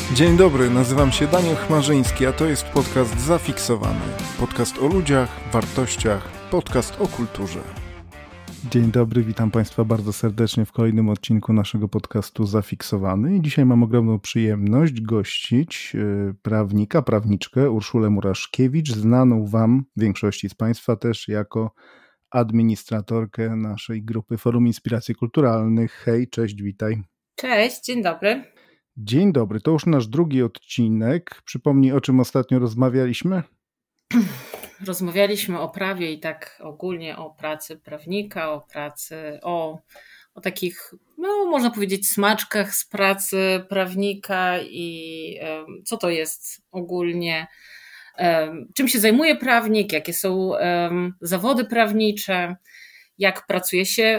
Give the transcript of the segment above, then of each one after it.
Dzień dobry, nazywam się Daniel Chmarzyński, a to jest podcast Zafiksowany. Podcast o ludziach, wartościach, podcast o kulturze. Dzień dobry, witam Państwa bardzo serdecznie w kolejnym odcinku naszego podcastu Zafiksowany. I dzisiaj mam ogromną przyjemność gościć prawniczkę Urszulę Muraszkiewicz, znaną Wam, większości z Państwa też, jako administratorkę naszej grupy Forum Inspiracji Kulturalnych. Hej, cześć, witaj. Cześć, dzień dobry. Dzień dobry, to już nasz drugi odcinek. Przypomnij, o czym ostatnio rozmawialiśmy? Rozmawialiśmy o prawie i tak ogólnie o pracy prawnika, o pracy, o takich, no można powiedzieć, smaczkach z pracy prawnika i co to jest ogólnie, czym się zajmuje prawnik, jakie są zawody prawnicze, jak pracuje się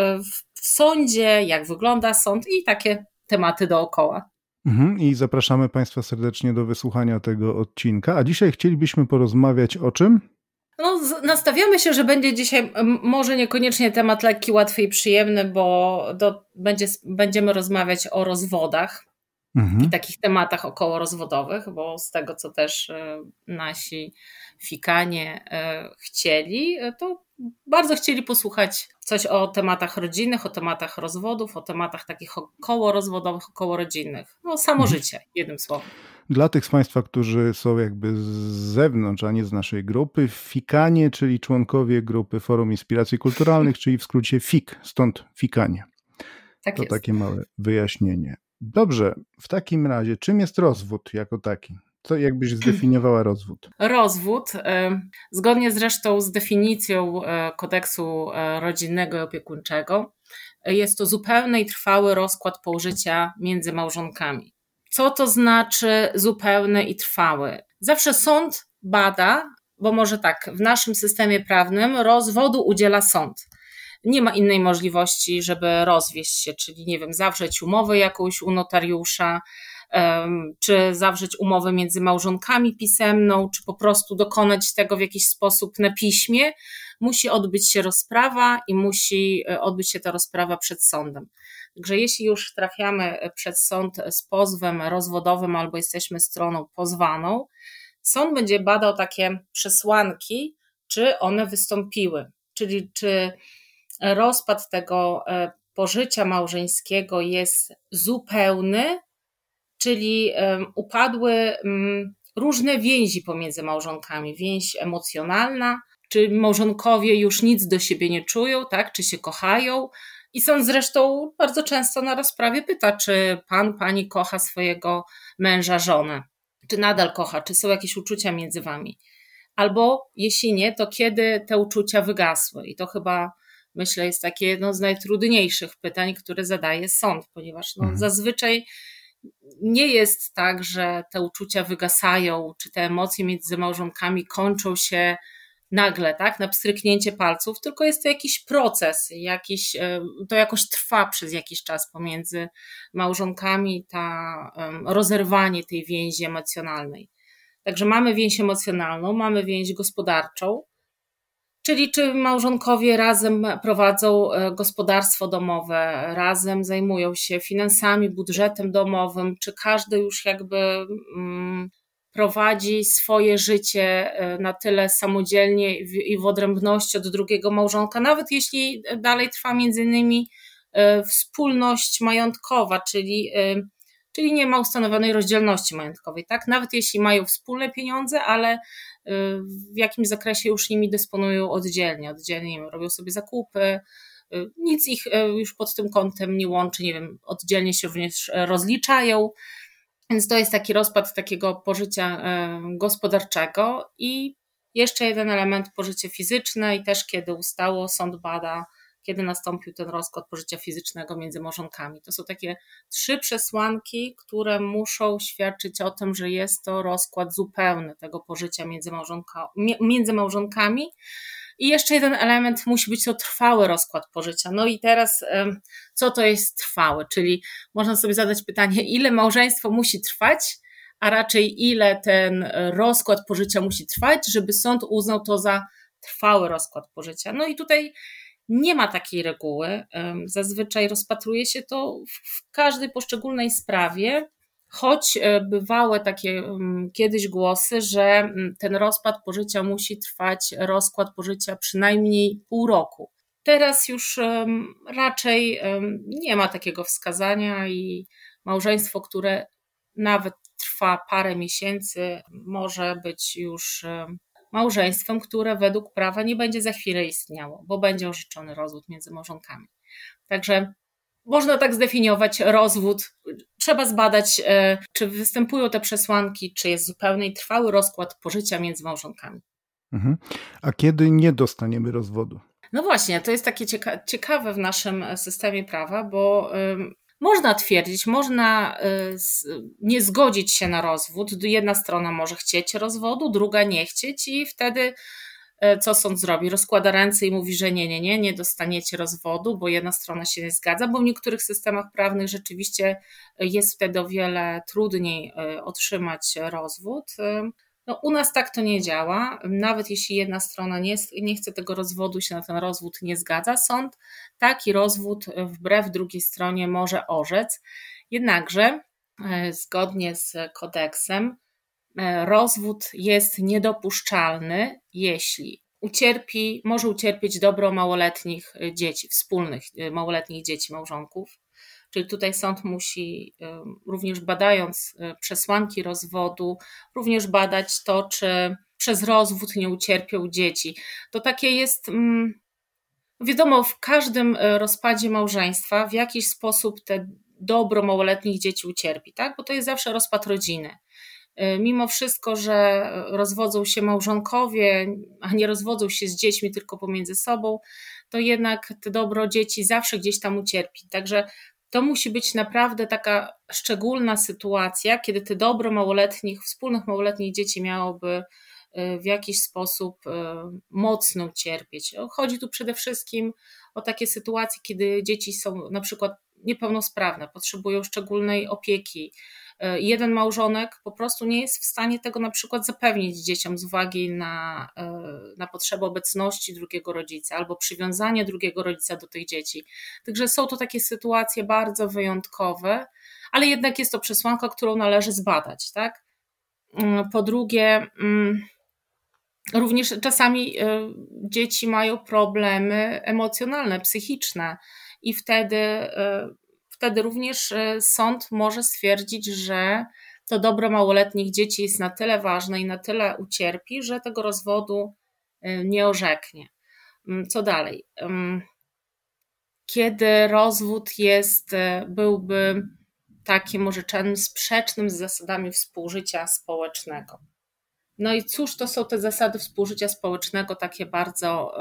w sądzie, jak wygląda sąd i takie tematy dookoła. I zapraszamy Państwa serdecznie do wysłuchania tego odcinka. A dzisiaj chcielibyśmy porozmawiać o czym? No, nastawiamy się, że będzie dzisiaj może niekoniecznie temat lekki, łatwy i przyjemny, bo będziemy rozmawiać o rozwodach i takich tematach okołorozwodowych, bo z tego, co też nasi fikanie chcieli, to bardzo chcieli posłuchać coś o tematach rodzinnych, o tematach rozwodów, o tematach takich okołorozwodowych, okołorodzinnych. No samo życie, jednym słowem. Dla tych z Państwa, którzy są jakby z zewnątrz, a nie z naszej grupy, fikanie, czyli członkowie grupy Forum Inspiracji Kulturalnych, czyli w skrócie FIK, stąd fikanie. Tak to jest. Takie małe wyjaśnienie. Dobrze, w takim razie, czym jest rozwód jako taki? Co jakbyś zdefiniowała rozwód? Rozwód, zgodnie zresztą z definicją kodeksu rodzinnego i opiekuńczego, jest to zupełny i trwały rozkład pożycia między małżonkami. Co to znaczy zupełny i trwały? Zawsze sąd bada, bo może tak, w naszym systemie prawnym rozwodu udziela sąd. Nie ma innej możliwości, żeby rozwieść się, czyli nie wiem, zawrzeć umowę jakąś u notariusza, czy zawrzeć umowę między małżonkami pisemną, czy po prostu dokonać tego w jakiś sposób na piśmie. Musi odbyć się rozprawa i musi odbyć się ta rozprawa przed sądem. Także jeśli już trafiamy przed sąd z pozwem rozwodowym albo jesteśmy stroną pozwaną, sąd będzie badał takie przesłanki, czy one wystąpiły, czyli czy rozpad tego pożycia małżeńskiego jest zupełny, czyli upadły różne więzi pomiędzy małżonkami, więź emocjonalna, czy małżonkowie już nic do siebie nie czują, tak? Czy się kochają. I sąd zresztą bardzo często na rozprawie pyta, czy pani kocha swojego męża, żonę, czy nadal kocha, czy są jakieś uczucia między wami. Albo jeśli nie, to kiedy te uczucia wygasły. I to chyba, myślę, jest takie jedno z najtrudniejszych pytań, które zadaje sąd, ponieważ zazwyczaj nie jest tak, że te uczucia wygasają, czy te emocje między małżonkami kończą się nagle, tak, na pstryknięcie palców, tylko jest to jakiś proces, to jakoś trwa przez jakiś czas pomiędzy małżonkami, rozerwanie tej więzi emocjonalnej. Także mamy więź emocjonalną, mamy więź gospodarczą, czyli czy małżonkowie razem prowadzą gospodarstwo domowe, razem zajmują się finansami, budżetem domowym, czy każdy już jakby prowadzi swoje życie na tyle samodzielnie i w odrębności od drugiego małżonka, nawet jeśli dalej trwa między innymi wspólność majątkowa, czyli nie ma ustanowionej rozdzielności majątkowej, tak? Nawet jeśli mają wspólne pieniądze, ale w jakimś zakresie już nimi dysponują oddzielnie robią sobie zakupy, nic ich już pod tym kątem nie łączy, nie wiem, oddzielnie się również rozliczają, więc to jest taki rozpad takiego pożycia gospodarczego. I jeszcze jeden element, pożycie fizyczne, i też kiedy ustało, sąd bada, kiedy nastąpił ten rozkład pożycia fizycznego między małżonkami. To są takie 3 przesłanki, które muszą świadczyć o tym, że jest to rozkład zupełny tego pożycia między małżonkami. I jeszcze jeden element, musi być to trwały rozkład pożycia. No i teraz co to jest trwały? Czyli można sobie zadać pytanie, ile małżeństwo musi trwać, a raczej ile ten rozkład pożycia musi trwać, żeby sąd uznał to za trwały rozkład pożycia. No i tutaj nie ma takiej reguły. Zazwyczaj rozpatruje się to w każdej poszczególnej sprawie Choć bywały takie kiedyś głosy, że ten rozkład pożycia musi trwać, rozkład pożycia przynajmniej pół roku. Teraz już raczej nie ma takiego wskazania i małżeństwo, które nawet trwa parę miesięcy, może być już małżeństwem, które według prawa nie będzie za chwilę istniało, bo będzie orzeczony rozwód między małżonkami. Także można tak zdefiniować rozwód. Trzeba zbadać, czy występują te przesłanki, czy jest zupełny i trwały rozkład pożycia między małżonkami. A kiedy nie dostaniemy rozwodu? No właśnie, to jest takie ciekawe w naszym systemie prawa, bo można twierdzić, można nie zgodzić się na rozwód. Jedna strona może chcieć rozwodu, druga nie chcieć i wtedy co sąd zrobi? Rozkłada ręce i mówi, że nie dostaniecie rozwodu, bo jedna strona się nie zgadza, bo w niektórych systemach prawnych rzeczywiście jest wtedy o wiele trudniej otrzymać rozwód. No, u nas tak to nie działa. Nawet jeśli jedna strona nie chce tego rozwodu, się na ten rozwód nie zgadza, sąd taki rozwód wbrew drugiej stronie może orzec. Jednakże zgodnie z kodeksem rozwód jest niedopuszczalny, jeśli może ucierpieć dobro małoletnich dzieci, wspólnych małoletnich dzieci małżonków. Czyli tutaj sąd musi, również badając przesłanki rozwodu, również badać to, czy przez rozwód nie ucierpią dzieci. To takie jest, wiadomo, w każdym rozpadzie małżeństwa w jakiś sposób te dobro małoletnich dzieci ucierpi, tak? Bo to jest zawsze rozpad rodziny. Mimo wszystko, że rozwodzą się małżonkowie, a nie rozwodzą się z dziećmi tylko pomiędzy sobą, to jednak to dobro dzieci zawsze gdzieś tam ucierpi. Także to musi być naprawdę taka szczególna sytuacja, kiedy to dobro wspólnych małoletnich dzieci miałoby w jakiś sposób mocno ucierpieć. Chodzi tu przede wszystkim o takie sytuacje, kiedy dzieci są na przykład niepełnosprawne, potrzebują szczególnej opieki. Jeden małżonek po prostu nie jest w stanie tego na przykład zapewnić dzieciom z uwagi na potrzebę obecności drugiego rodzica albo przywiązania drugiego rodzica do tych dzieci. Także są to takie sytuacje bardzo wyjątkowe, ale jednak jest to przesłanka, którą należy zbadać, tak? Po drugie, również czasami dzieci mają problemy emocjonalne, psychiczne i wtedy również sąd może stwierdzić, że to dobro małoletnich dzieci jest na tyle ważne i na tyle ucierpi, że tego rozwodu nie orzeknie. Co dalej? Kiedy rozwód byłby takim orzeczeniem sprzecznym z zasadami współżycia społecznego. No i cóż to są te zasady współżycia społecznego, takie bardzo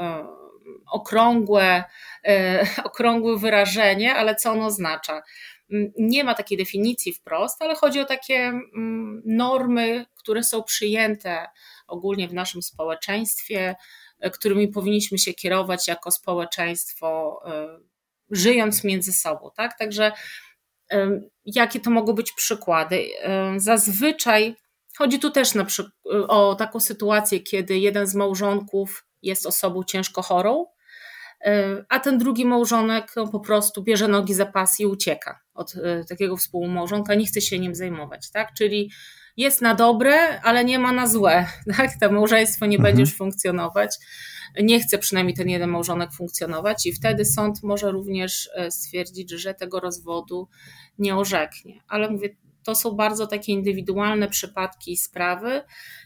okrągłe wyrażenie, ale co ono oznacza? Nie ma takiej definicji wprost, ale chodzi o takie normy, które są przyjęte ogólnie w naszym społeczeństwie, którymi powinniśmy się kierować jako społeczeństwo, żyjąc między sobą, tak? Także jakie to mogą być przykłady? Zazwyczaj chodzi tu też na przykład o taką sytuację, kiedy jeden z małżonków jest osobą ciężko chorą, a ten drugi małżonek po prostu bierze nogi za pas i ucieka od takiego współmałżonka, nie chce się nim zajmować, tak? Czyli jest na dobre, ale nie ma na złe, tak? To małżeństwo nie będzie już funkcjonować, nie chce przynajmniej ten jeden małżonek funkcjonować i wtedy sąd może również stwierdzić, że tego rozwodu nie orzeknie. Ale mówię, to są bardzo takie indywidualne przypadki i sprawy,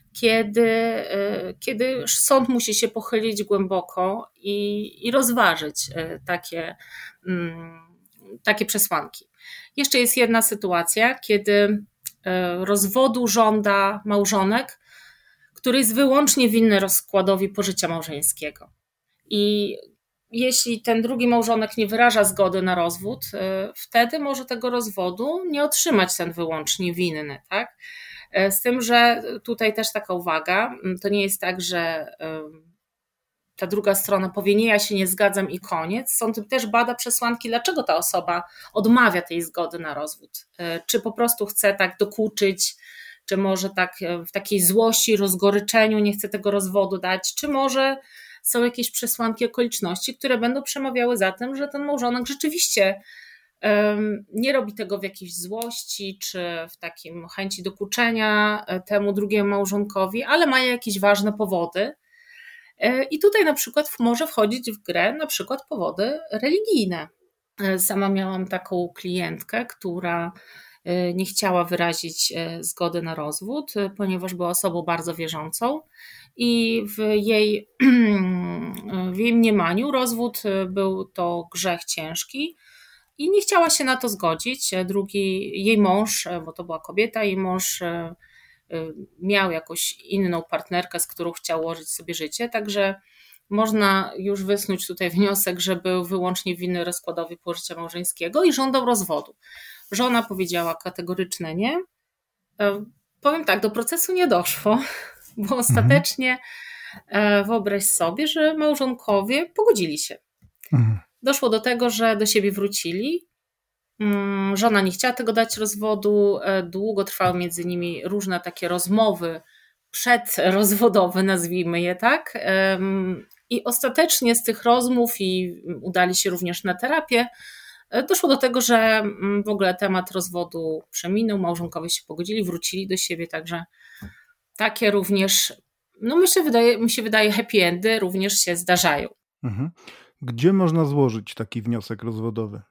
kiedy sąd musi się pochylić głęboko i rozważyć takie przesłanki. Jeszcze jest jedna sytuacja, kiedy rozwodu żąda małżonek, który jest wyłącznie winny rozkładowi pożycia małżeńskiego. I jeśli ten drugi małżonek nie wyraża zgody na rozwód, wtedy może tego rozwodu nie otrzymać ten wyłącznie winny, tak? Z tym, że tutaj też taka uwaga, to nie jest tak, że ta druga strona powie nie, ja się nie zgadzam i koniec. Sąd też bada przesłanki, dlaczego ta osoba odmawia tej zgody na rozwód. Czy po prostu chce tak dokuczyć, czy może tak w takiej złości, rozgoryczeniu nie chce tego rozwodu dać, czy może są jakieś przesłanki, okoliczności, które będą przemawiały za tym, że ten małżonek rzeczywiście Nie robi tego w jakiejś złości czy w takim chęci dokuczenia temu drugiemu małżonkowi, ale ma jakieś ważne powody. I tutaj na przykład może wchodzić w grę na przykład powody religijne. Sama miałam taką klientkę, która nie chciała wyrazić zgody na rozwód, ponieważ była osobą bardzo wierzącą i w jej mniemaniu rozwód był to grzech ciężki i nie chciała się na to zgodzić. Jej mąż, bo to była kobieta, jej mąż miał jakąś inną partnerkę, z którą chciał ułożyć sobie życie, także można już wysnuć tutaj wniosek, że był wyłącznie winny rozkładowi pożycia małżeńskiego i żądał rozwodu. Żona powiedziała kategoryczne nie. Powiem tak, do procesu nie doszło, bo ostatecznie wyobraź sobie, że małżonkowie pogodzili się. Doszło do tego, że do siebie wrócili. Żona nie chciała tego dać rozwodu. Długo trwały między nimi różne takie rozmowy przedrozwodowe, nazwijmy je tak. I ostatecznie z tych rozmów i udali się również na terapię, doszło do tego, że w ogóle temat rozwodu przeminął, małżonkowie się pogodzili, wrócili do siebie, także takie również, no mi się wydaje happy endy również się zdarzają. Gdzie można złożyć taki wniosek rozwodowy?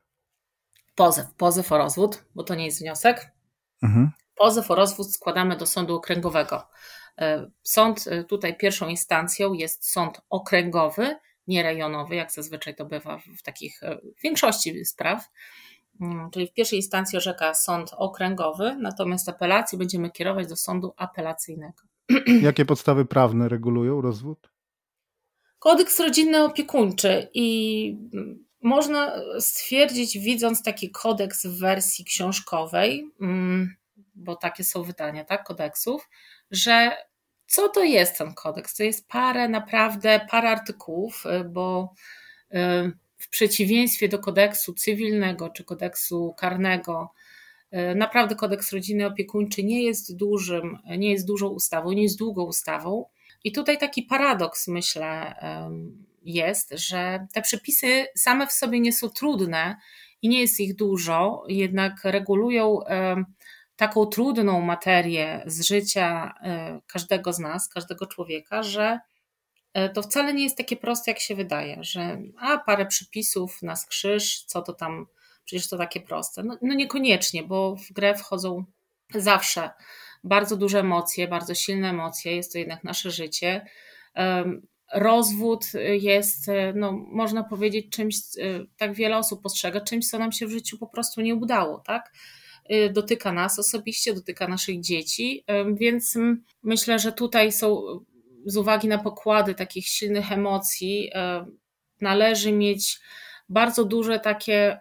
Pozew o rozwód, bo to nie jest wniosek. Pozew o rozwód składamy do sądu okręgowego. Sąd tutaj pierwszą instancją jest sąd okręgowy, nie rejonowy, jak zazwyczaj to bywa w takich większości spraw. Czyli w pierwszej instancji orzeka sąd okręgowy, natomiast apelację będziemy kierować do sądu apelacyjnego. Jakie podstawy prawne regulują rozwód? Kodeks rodzinny opiekuńczy i można stwierdzić, widząc taki kodeks w wersji książkowej, bo takie są wydania, tak, kodeksów, że co to jest ten kodeks? To jest parę artykułów, bo w przeciwieństwie do kodeksu cywilnego czy kodeksu karnego, naprawdę kodeks rodzinny opiekuńczy nie jest dużą ustawą, nie jest długą ustawą. I tutaj taki paradoks, myślę, jest, że te przepisy same w sobie nie są trudne i nie jest ich dużo, jednak regulują taką trudną materię z życia każdego z nas, każdego człowieka, że to wcale nie jest takie proste, jak się wydaje, że parę przepisów na skrzyż, co to tam, przecież to takie proste. No niekoniecznie, bo w grę wchodzą zawsze bardzo duże emocje, bardzo silne emocje, jest to jednak nasze życie. Rozwód jest, no, można powiedzieć, czymś, tak wiele osób postrzega, czymś, co nam się w życiu po prostu nie udało, tak? Dotyka nas osobiście, dotyka naszych dzieci, więc myślę, że tutaj są, z uwagi na pokłady takich silnych emocji, należy mieć bardzo duże takie,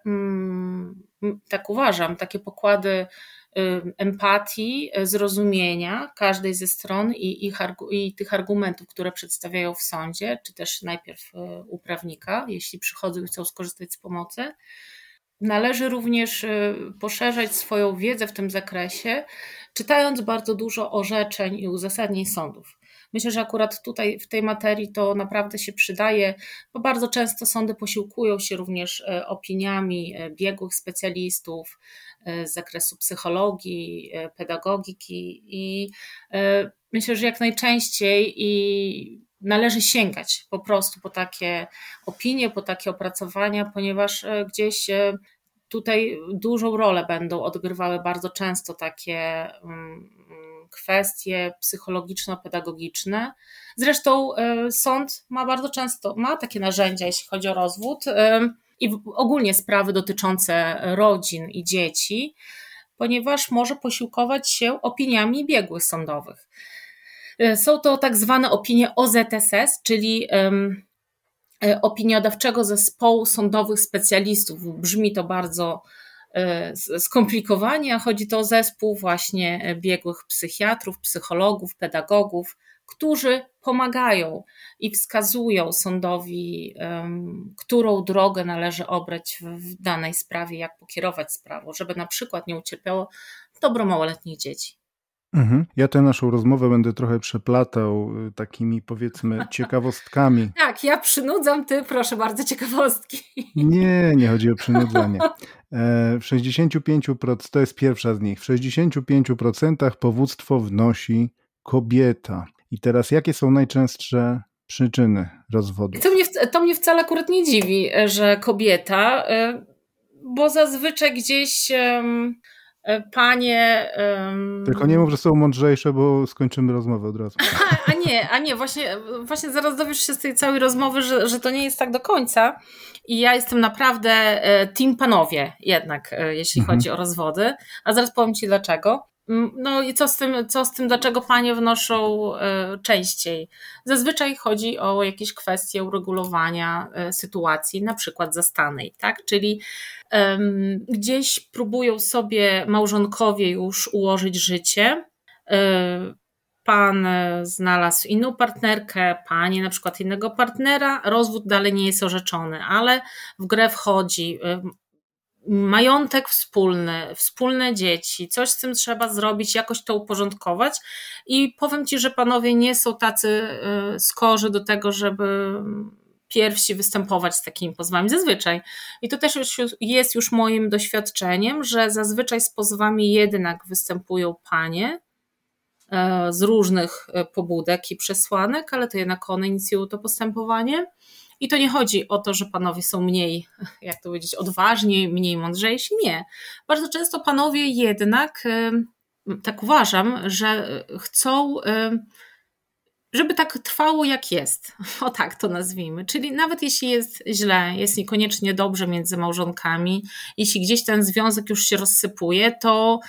tak uważam, takie pokłady empatii, zrozumienia każdej ze stron i tych argumentów, które przedstawiają w sądzie, czy też najpierw u prawnika, jeśli przychodzą i chcą skorzystać z pomocy. Należy również poszerzać swoją wiedzę w tym zakresie, czytając bardzo dużo orzeczeń i uzasadnień sądów. Myślę, że akurat tutaj w tej materii to naprawdę się przydaje, bo bardzo często sądy posiłkują się również opiniami biegłych specjalistów z zakresu psychologii, pedagogiki i myślę, że jak najczęściej należy sięgać po prostu po takie opinie, po takie opracowania, ponieważ gdzieś tutaj dużą rolę będą odgrywały bardzo często takie kwestie psychologiczno-pedagogiczne. Zresztą sąd bardzo często ma takie narzędzia, jeśli chodzi o rozwód i ogólnie sprawy dotyczące rodzin i dzieci, ponieważ może posiłkować się opiniami biegłych sądowych. Są to tak zwane opinie OZSS, czyli opiniodawczego zespołu sądowych specjalistów. Brzmi to bardzo skomplikowanie, a chodzi to o zespół właśnie biegłych psychiatrów, psychologów, pedagogów, którzy pomagają i wskazują sądowi, którą drogę należy obrać w danej sprawie, jak pokierować sprawą, żeby na przykład nie ucierpiało dobro małoletnich dzieci. Ja tę naszą rozmowę będę trochę przeplatał takimi, powiedzmy, ciekawostkami. Tak, ja przynudzam, ty proszę bardzo, ciekawostki. Nie chodzi o przynudzanie. W 65%, to jest pierwsza z nich, w 65% powództwo wnosi kobieta. I teraz jakie są najczęstsze przyczyny rozwodu? To mnie wcale akurat nie dziwi, że kobieta, bo zazwyczaj gdzieś panie... Tylko nie mów, że są mądrzejsze, bo skończymy rozmowę od razu. A nie, właśnie zaraz dowiesz się z tej całej rozmowy, że to nie jest tak do końca. I ja jestem naprawdę team panowie jednak, jeśli chodzi o rozwody. A zaraz powiem ci dlaczego. No i co z tym, dlaczego panie wnoszą częściej? Zazwyczaj chodzi o jakieś kwestie uregulowania sytuacji, na przykład zastanej, tak? Czyli gdzieś próbują sobie małżonkowie już ułożyć życie. Pan znalazł inną partnerkę, pani na przykład innego partnera, rozwód dalej nie jest orzeczony, ale w grę wchodzi majątek wspólny, wspólne dzieci, coś z tym trzeba zrobić, jakoś to uporządkować i powiem ci, że panowie nie są tacy skorzy do tego, żeby pierwsi występować z takimi pozwami zazwyczaj. I to też jest już moim doświadczeniem, że zazwyczaj z pozwami jednak występują panie z różnych pobudek i przesłanek, ale to jednak one inicjują to postępowanie. I to nie chodzi o to, że panowie są mniej, jak to powiedzieć, odważni, mniej mądrzejsi. Nie. Bardzo często panowie jednak, tak uważam, że chcą, żeby tak trwało jak jest. O tak to nazwijmy. Czyli nawet jeśli jest źle, jest niekoniecznie dobrze między małżonkami, jeśli gdzieś ten związek już się rozsypuje, to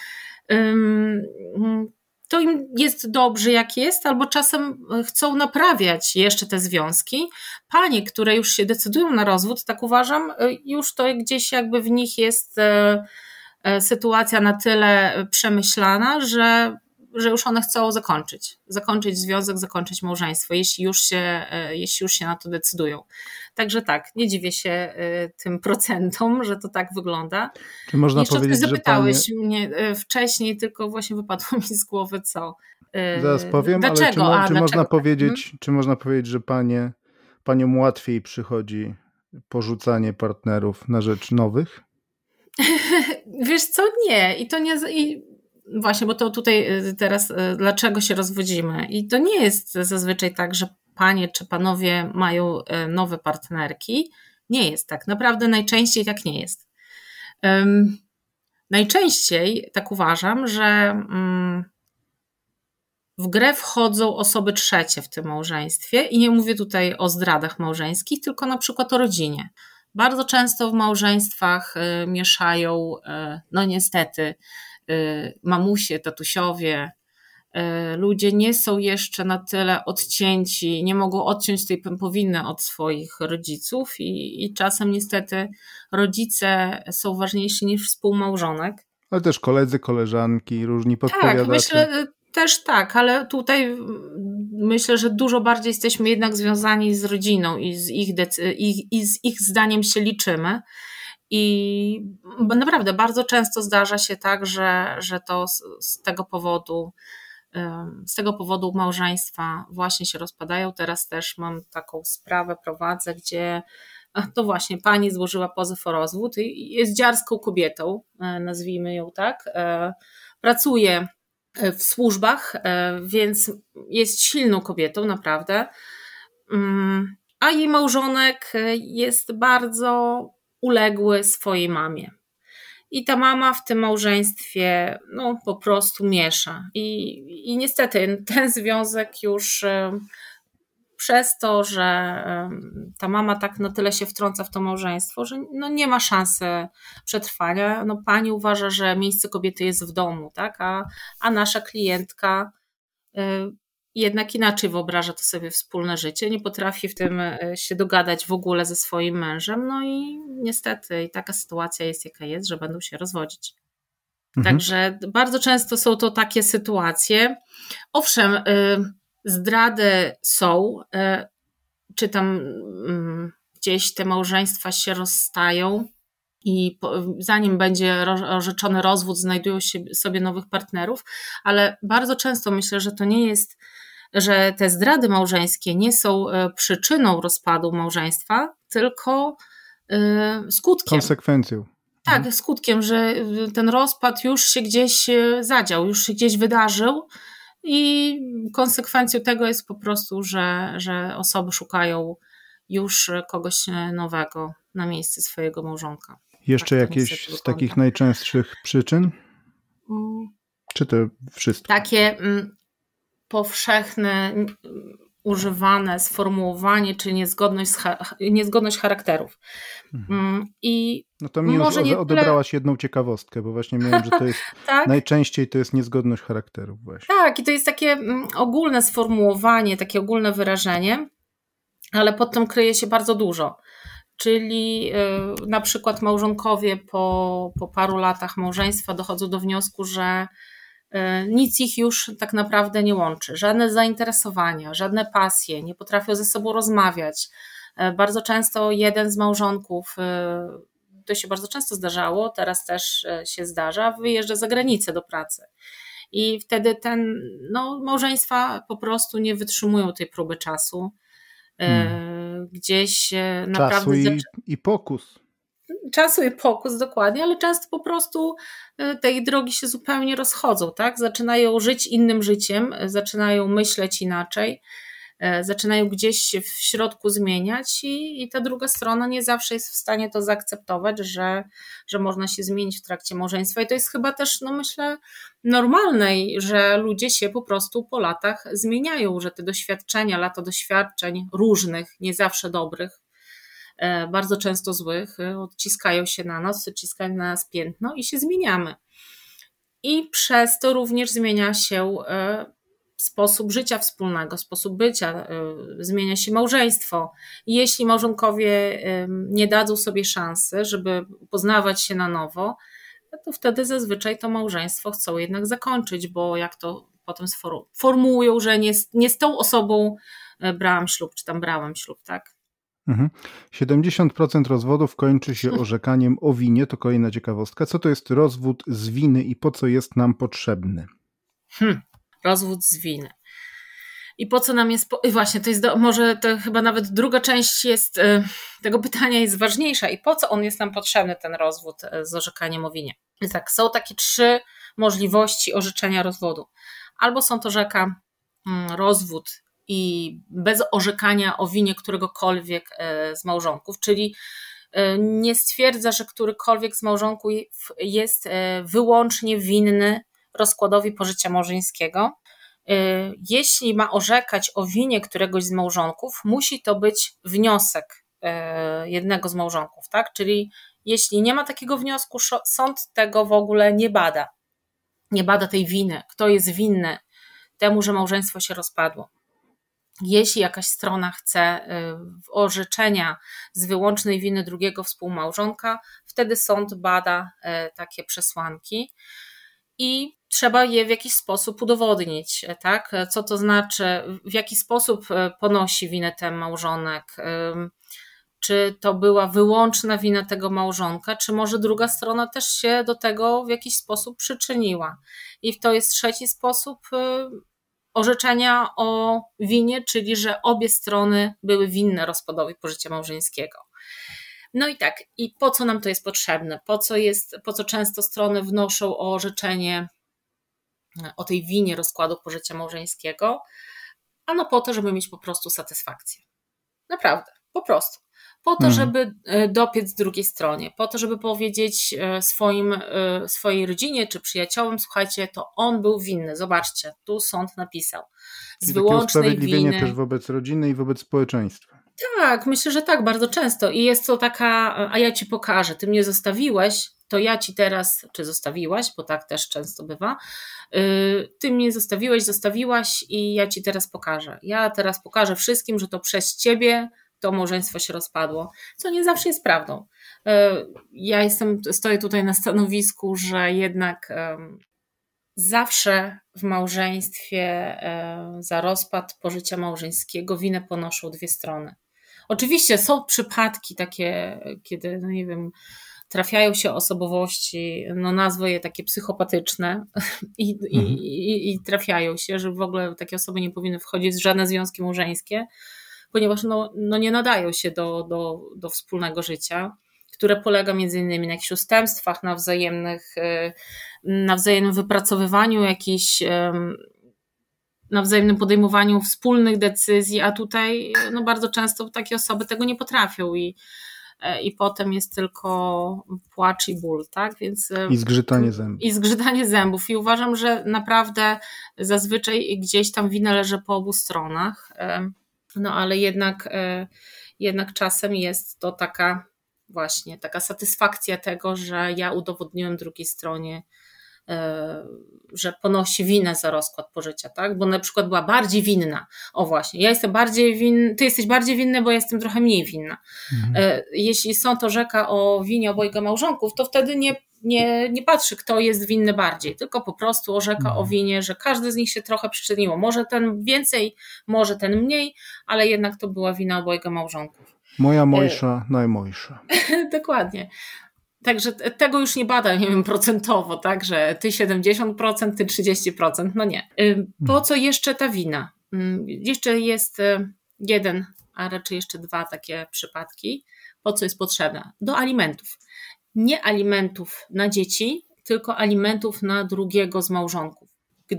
im jest dobrze jak jest, albo czasem chcą naprawiać jeszcze te związki. Panie, które już się decydują na rozwód, tak uważam, już to gdzieś jakby w nich jest sytuacja na tyle przemyślana, że już one chcą zakończyć związek, zakończyć małżeństwo, jeśli już się na to decydują. Także tak, nie dziwię się tym procentom, że to tak wygląda. Czy można powiedzieć, że zapytałeś że mnie wcześniej, tylko właśnie wypadło mi z głowy co. Zaraz powiem, dlaczego? Ale czy można powiedzieć, że paniom łatwiej przychodzi porzucanie partnerów na rzecz nowych? Wiesz co, nie. I to nie... Właśnie, bo to tutaj teraz dlaczego się rozwodzimy. I to nie jest zazwyczaj tak, że panie czy panowie mają nowe partnerki. Nie jest tak. Naprawdę najczęściej tak nie jest. Najczęściej tak uważam, że w grę wchodzą osoby trzecie w tym małżeństwie i nie mówię tutaj o zdradach małżeńskich, tylko na przykład o rodzinie. Bardzo często w małżeństwach mieszają, no niestety, mamusie, tatusiowie. Ludzie nie są jeszcze na tyle odcięci, nie mogą odciąć tej pępowiny od swoich rodziców i czasem niestety rodzice są ważniejsi niż współmałżonek. Ale też koledzy, koleżanki, różni podpowiadacze. Tak, myślę też tak, ale tutaj myślę, że dużo bardziej jesteśmy jednak związani z rodziną i z ich zdaniem się liczymy. I naprawdę bardzo często zdarza się tak, że to z tego powodu małżeństwa właśnie się rozpadają. Teraz też mam taką sprawę, prowadzę, gdzie to właśnie pani złożyła pozew o rozwód i jest dziarską kobietą, nazwijmy ją tak. Pracuje w służbach, więc jest silną kobietą naprawdę. A jej małżonek jest bardzo uległy swojej mamie. I ta mama w tym małżeństwie no, po prostu miesza. I niestety ten związek już przez to, że ta mama tak na tyle się wtrąca w to małżeństwo, że no nie ma szansy przetrwania. No, pani uważa, że miejsce kobiety jest w domu, tak? A nasza klientka jednak inaczej wyobraża to sobie wspólne życie, nie potrafi w tym się dogadać w ogóle ze swoim mężem, no i niestety taka sytuacja jest jaka jest, że będą się rozwodzić. Także bardzo często są to takie sytuacje. Owszem, zdrady są, czy tam gdzieś te małżeństwa się rozstają, i zanim będzie orzeczony rozwód, znajdują sobie nowych partnerów, ale bardzo często myślę, że to nie jest, że te zdrady małżeńskie nie są przyczyną rozpadu małżeństwa, tylko skutkiem. Konsekwencją. Tak, skutkiem, że ten rozpad już się gdzieś zadział, już się gdzieś wydarzył i konsekwencją tego jest po prostu, że osoby szukają już kogoś nowego na miejsce swojego małżonka. Jeszcze tak jakieś z takich najczęstszych przyczyn? Czy to wszystko? Takie powszechne, używane sformułowanie, czy niezgodność charakterów. I no to mi już odebrałaś jedną ciekawostkę, bo właśnie miałem, że to jest tak? Najczęściej to jest niezgodność charakterów właśnie. Tak, i to jest takie ogólne sformułowanie, takie ogólne wyrażenie, ale pod tym kryje się bardzo dużo. Czyli na przykład małżonkowie po paru latach małżeństwa dochodzą do wniosku, że nic ich już tak naprawdę nie łączy. Żadne zainteresowania, żadne pasje, nie potrafią ze sobą rozmawiać. Bardzo często jeden z małżonków, to się bardzo często zdarzało, teraz też się zdarza, wyjeżdża za granicę do pracy. I wtedy małżeństwa po prostu nie wytrzymują tej próby czasu. Gdzieś naprawdę... Czasu i pokus. Czasu i pokus, dokładnie, ale często po prostu te drogi się zupełnie rozchodzą, tak? Zaczynają żyć innym życiem, zaczynają myśleć inaczej, zaczynają gdzieś się w środku zmieniać i ta druga strona nie zawsze jest w stanie to zaakceptować, że można się zmienić w trakcie małżeństwa i to jest chyba też, myślę, normalne, że ludzie się po prostu po latach zmieniają, że te doświadczenia, lata doświadczeń różnych, nie zawsze dobrych, bardzo często złych, odciskają się na nas, odciskają na nas piętno i się zmieniamy. I przez to również zmienia się sposób życia wspólnego, sposób bycia, zmienia się małżeństwo. I jeśli małżonkowie nie dadzą sobie szansy, żeby poznawać się na nowo, to wtedy zazwyczaj to małżeństwo chcą jednak zakończyć, bo jak to potem formułują, że nie z tą osobą brałam ślub, czy tam brałem ślub, tak? 70% rozwodów kończy się orzekaniem o winie, to kolejna ciekawostka. Co to jest rozwód z winy i po co jest nam potrzebny? Rozwód z winy. I po co nam jest... Właśnie, to jest może to chyba nawet druga część jest tego pytania jest ważniejsza. I po co on jest nam potrzebny, ten rozwód z orzekaniem o winie? Więc tak, są takie 3 możliwości orzeczenia rozwodu. Albo są to rozwód i bez orzekania o winie któregokolwiek z małżonków, czyli nie stwierdza, że którykolwiek z małżonków jest wyłącznie winny rozkładowi pożycia małżeńskiego. Jeśli ma orzekać o winie któregoś z małżonków, musi to być wniosek jednego z małżonków, tak? Czyli jeśli nie ma takiego wniosku, sąd tego w ogóle nie bada. Nie bada tej winy, kto jest winny temu, że małżeństwo się rozpadło. Jeśli jakaś strona chce orzeczenia z wyłącznej winy drugiego współmałżonka, wtedy sąd bada takie przesłanki i trzeba je w jakiś sposób udowodnić, tak? Co to znaczy, w jaki sposób ponosi winę ten małżonek, czy to była wyłączna wina tego małżonka, czy może druga strona też się do tego w jakiś sposób przyczyniła. I to jest trzeci sposób orzeczenia o winie, czyli że obie strony były winne rozpadowi pożycia małżeńskiego. No i tak, i po co nam to jest potrzebne? Po co często strony wnoszą o orzeczenie o tej winie rozkładu pożycia małżeńskiego? Ano po to, żeby mieć po prostu satysfakcję. Naprawdę, po prostu. Po to, żeby dopiec drugiej stronie, po to, żeby powiedzieć swojej rodzinie czy przyjaciołom, słuchajcie, to on był winny, zobaczcie, tu sąd napisał. Z wyłącznej usprawiedliwienie winy. Też wobec rodziny i wobec społeczeństwa. Tak, myślę, że tak, bardzo często. I jest to taka, a ja ci pokażę, ty mnie zostawiłeś, to ja ci teraz, czy zostawiłaś, bo tak też często bywa, ty mnie zostawiłaś i ja ci teraz pokażę. Ja teraz pokażę wszystkim, że to przez ciebie to małżeństwo się rozpadło, co nie zawsze jest prawdą. Ja stoję tutaj na stanowisku, że jednak zawsze w małżeństwie za rozpad pożycia małżeńskiego winę ponoszą 2 strony. Oczywiście są przypadki takie, kiedy, trafiają się osobowości, no nazwę je takie psychopatyczne i trafiają się, że w ogóle takie osoby nie powinny wchodzić w żadne związki małżeńskie, ponieważ no nie nadają się do wspólnego życia, które polega między innymi na jakichś ustępstwach, na wzajemnym wypracowywaniu jakichś, na wzajemnym podejmowaniu wspólnych decyzji, a tutaj no bardzo często takie osoby tego nie potrafią i potem jest tylko płacz i ból, tak? Więc, i zgrzytanie zębów. I zgrzytanie zębów. I uważam, że naprawdę zazwyczaj gdzieś tam wina leży po obu stronach, no ale jednak czasem jest to taka satysfakcja tego, że ja udowodniłem drugiej stronie, że ponosi winę za rozkład pożycia, tak? Bo na przykład była bardziej winna. O właśnie, ja jestem bardziej winny, ty jesteś bardziej winny, bo ja jestem trochę mniej winna. Jeśli sąd orzeka o winie obojga małżonków, to wtedy nie patrzy, kto jest winny bardziej, tylko po prostu orzeka o winie, że każdy z nich się trochę przyczyniło. Może ten więcej, może ten mniej, ale jednak to była wina obojga małżonków. Moja mojsza, najmojsza. Dokładnie. Także tego już nie bada, nie wiem, procentowo, tak, że ty 70%, ty 30%, no nie. Po co jeszcze ta wina? Jeszcze jest jeden, a raczej jeszcze dwa takie przypadki. Po co jest potrzebna? Do alimentów. Nie alimentów na dzieci, tylko alimentów na drugiego z małżonków.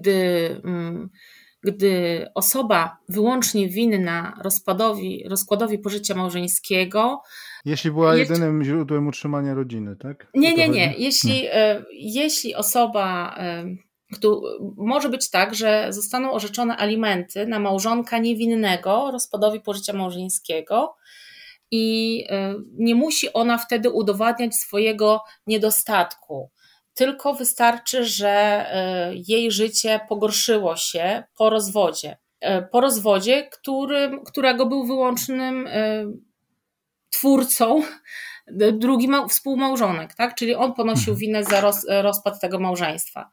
Gdy osoba wyłącznie winna rozkładowi pożycia małżeńskiego. Jeśli była jedynym źródłem utrzymania rodziny, tak? Nie. Jeśli osoba, może być tak, że zostaną orzeczone alimenty na małżonka niewinnego rozkładowi pożycia małżeńskiego i nie musi ona wtedy udowadniać swojego niedostatku. Tylko wystarczy, że jej życie pogorszyło się po rozwodzie. Po rozwodzie, którego był wyłącznym twórcą drugi współmałżonek, tak? Czyli on ponosił winę za rozpad tego małżeństwa.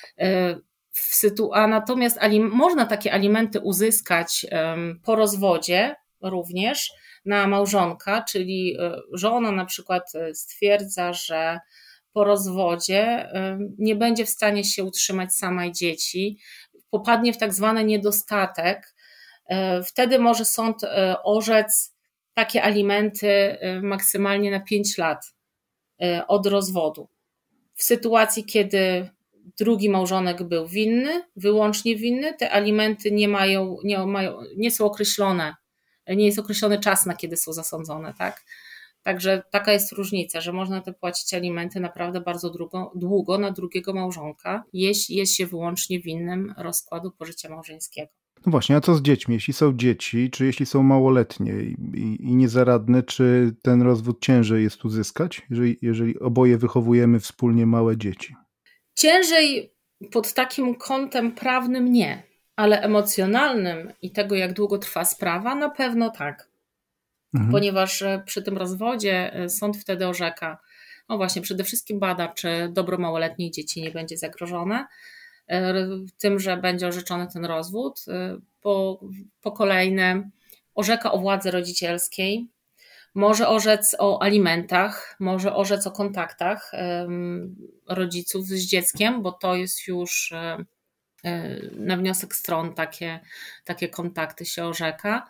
Natomiast można takie alimenty uzyskać po rozwodzie również na małżonka, czyli żona na przykład stwierdza, że po rozwodzie nie będzie w stanie się utrzymać sama i dzieci, popadnie w tak zwany niedostatek. Wtedy może sąd orzec takie alimenty maksymalnie na 5 lat od rozwodu. W sytuacji, kiedy drugi małżonek był winny, wyłącznie winny, te alimenty nie są określone, nie jest określony czas, na kiedy są zasądzone, tak? Także taka jest różnica, że można te płacić alimenty naprawdę bardzo długo na drugiego małżonka, jeśli jest się wyłącznie winnym rozkładu pożycia małżeńskiego. No właśnie, a co z dziećmi? Jeśli są dzieci, czy jeśli są małoletnie i niezaradne, czy ten rozwód ciężej jest uzyskać, jeżeli oboje wychowujemy wspólnie małe dzieci? Ciężej pod takim kątem prawnym nie, ale emocjonalnym i tego, jak długo trwa sprawa, na pewno tak. Ponieważ przy tym rozwodzie sąd wtedy orzeka, no właśnie, przede wszystkim bada, czy dobro małoletnich dzieci nie będzie zagrożone tym, że będzie orzeczony ten rozwód. Po kolejne orzeka o władzy rodzicielskiej, może orzec o alimentach, może orzec o kontaktach rodziców z dzieckiem, bo to jest już na wniosek stron takie kontakty się orzeka.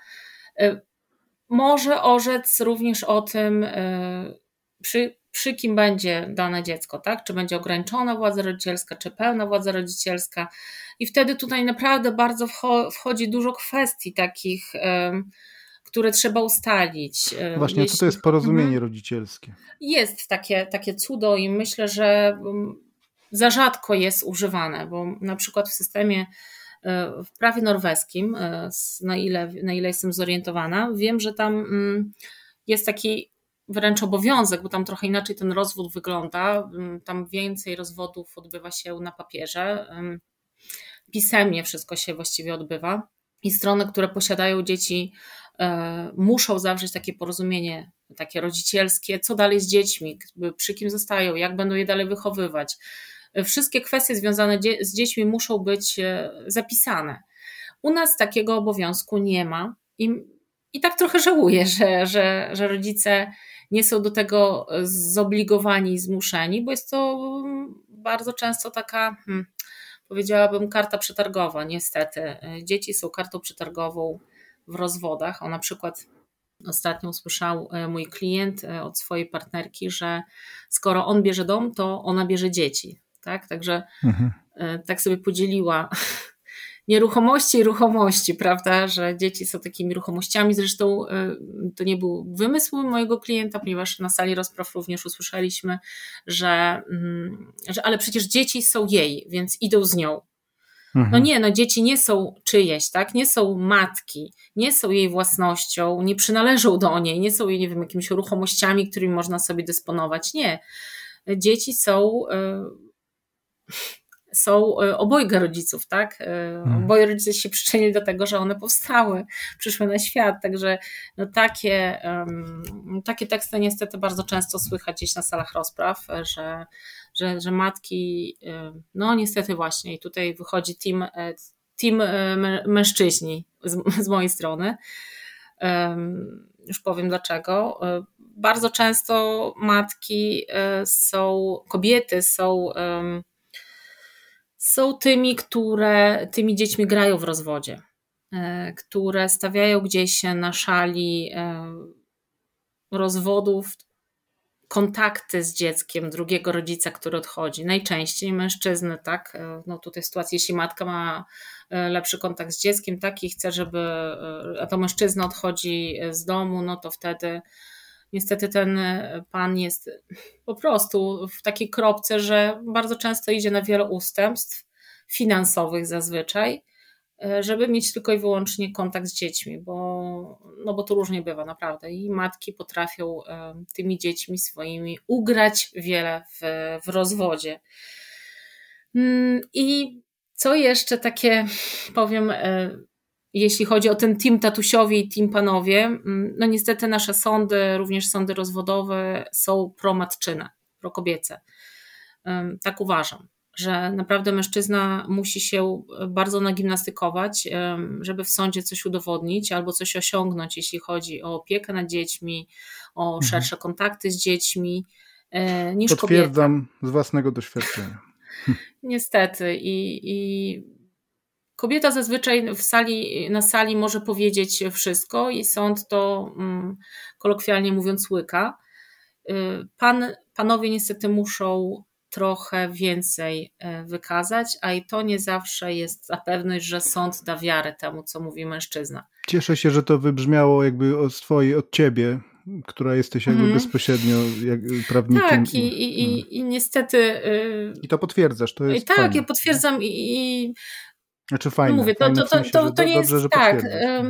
Może orzec również o tym, przy kim będzie dane dziecko, tak? Czy będzie ograniczona władza rodzicielska, czy pełna władza rodzicielska. I wtedy tutaj naprawdę bardzo wchodzi dużo kwestii takich, które trzeba ustalić. Właśnie, co to jest porozumienie rodzicielskie? Jest takie cudo i myślę, że za rzadko jest używane, bo na przykład w prawie norweskim, na ile jestem zorientowana, wiem, że tam jest taki wręcz obowiązek, bo tam trochę inaczej ten rozwód wygląda, tam więcej rozwodów odbywa się na papierze, pisemnie wszystko się właściwie odbywa i strony, które posiadają dzieci, muszą zawrzeć takie porozumienie, takie rodzicielskie, co dalej z dziećmi, przy kim zostają, jak będą je dalej wychowywać. Wszystkie kwestie związane z dziećmi muszą być zapisane. U nas takiego obowiązku nie ma i tak trochę żałuję, że rodzice nie są do tego zobligowani i zmuszeni, bo jest to bardzo często taka, powiedziałabym, karta przetargowa, niestety. Dzieci są kartą przetargową w rozwodach. O, na przykład ostatnio usłyszał mój klient od swojej partnerki, że skoro on bierze dom, to ona bierze dzieci. Tak? Także tak sobie podzieliła nieruchomości i ruchomości, prawda, że dzieci są takimi ruchomościami. Zresztą to nie był wymysł mojego klienta, ponieważ na sali rozpraw również usłyszeliśmy, że ale przecież dzieci są jej, więc idą z nią. No nie, no dzieci nie są czyjeś, tak? Nie są matki, nie są jej własnością, nie przynależą do niej, nie są jej, nie wiem, jakimiś ruchomościami, którymi można sobie dysponować. Nie. Dzieci są obojga rodziców, tak? Oboje rodzice się przyczynili do tego, że one powstały, przyszły na świat, także no takie teksty niestety bardzo często słychać gdzieś na salach rozpraw, że matki, no niestety właśnie i tutaj wychodzi team mężczyźni z mojej strony. Już powiem dlaczego. Bardzo często kobiety są tymi dziećmi grają w rozwodzie, które stawiają gdzieś na szali rozwodów kontakty z dzieckiem drugiego rodzica, który odchodzi. Najczęściej mężczyzny, tak? No tutaj sytuacja, jeśli matka ma lepszy kontakt z dzieckiem, tak? I chce, a to mężczyzna odchodzi z domu, no to wtedy niestety ten pan jest po prostu w takiej kropce, że bardzo często idzie na wiele ustępstw finansowych zazwyczaj, żeby mieć tylko i wyłącznie kontakt z dziećmi, bo to różnie bywa naprawdę i matki potrafią tymi dziećmi swoimi ugrać wiele w rozwodzie. I co jeszcze takie powiem, jeśli chodzi o ten team tatusiowie i team panowie, no niestety nasze sądy, również sądy rozwodowe są promatczyne, prokobiece. Tak uważam, że naprawdę mężczyzna musi się bardzo nagimnastykować, żeby w sądzie coś udowodnić albo coś osiągnąć, jeśli chodzi o opiekę nad dziećmi, o szersze kontakty z dziećmi, niż kobieta. Potwierdzam z własnego doświadczenia. Niestety i kobieta zazwyczaj na sali może powiedzieć wszystko i sąd to kolokwialnie mówiąc łyka. Panowie niestety muszą trochę więcej wykazać, a i to nie zawsze jest za pewność, że sąd da wiarę temu, co mówi mężczyzna. Cieszę się, że to wybrzmiało jakby od ciebie, która jesteś jakby bezpośrednio prawnikiem. Tak i niestety... I to potwierdzasz, to jest tak, fajne. Ja potwierdzam Znaczy fajne. Mówię, fajne w sensie, to nie dobrze, jest że tak.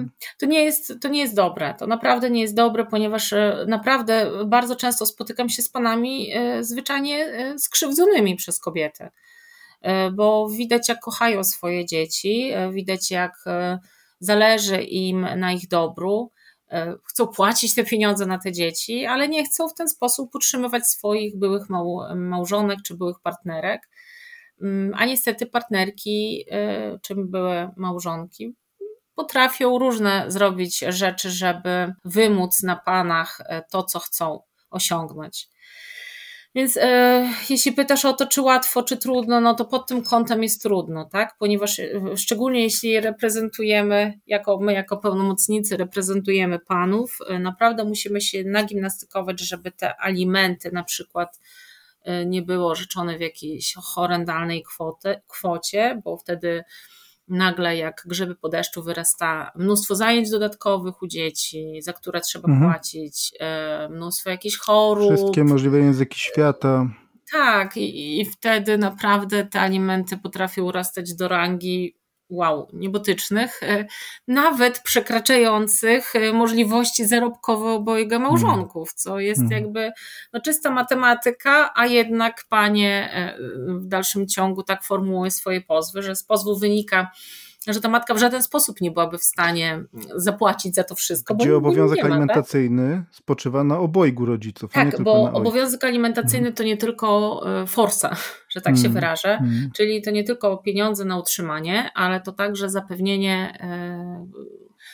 To nie jest dobre. To naprawdę nie jest dobre, ponieważ naprawdę bardzo często spotykam się z panami zwyczajnie skrzywdzonymi przez kobiety. Bo widać, jak kochają swoje dzieci, widać, jak zależy im na ich dobru, chcą płacić te pieniądze na te dzieci, ale nie chcą w ten sposób utrzymywać swoich byłych małżonek czy byłych partnerek. A niestety partnerki, czy były małżonki, potrafią różne zrobić rzeczy, żeby wymóc na panach to, co chcą osiągnąć. Więc jeśli pytasz o to, czy łatwo, czy trudno, no to pod tym kątem jest trudno, tak? Ponieważ szczególnie jeśli reprezentujemy, my jako pełnomocnicy reprezentujemy panów, naprawdę musimy się nagimnastykować, żeby te alimenty na przykład nie było orzeczone w jakiejś horrendalnej kwocie, bo wtedy nagle jak grzyby po deszczu wyrasta mnóstwo zajęć dodatkowych u dzieci, za które trzeba płacić, mnóstwo jakichś chorób. Wszystkie możliwe języki świata. Tak, i wtedy naprawdę te alimenty potrafią urastać do rangi niebotycznych, nawet przekraczających możliwości zarobkowe obojga małżonków, co jest jakby czysta matematyka, a jednak panie w dalszym ciągu tak formułują swoje pozwy, że z pozwu wynika, że ta matka w żaden sposób nie byłaby w stanie zapłacić za to wszystko. Gdzie obowiązek alimentacyjny spoczywa na obojgu rodziców. Tak, a nie tylko bo na obowiązek alimentacyjny to nie tylko forsa, że tak się wyrażę, czyli to nie tylko pieniądze na utrzymanie, ale to także zapewnienie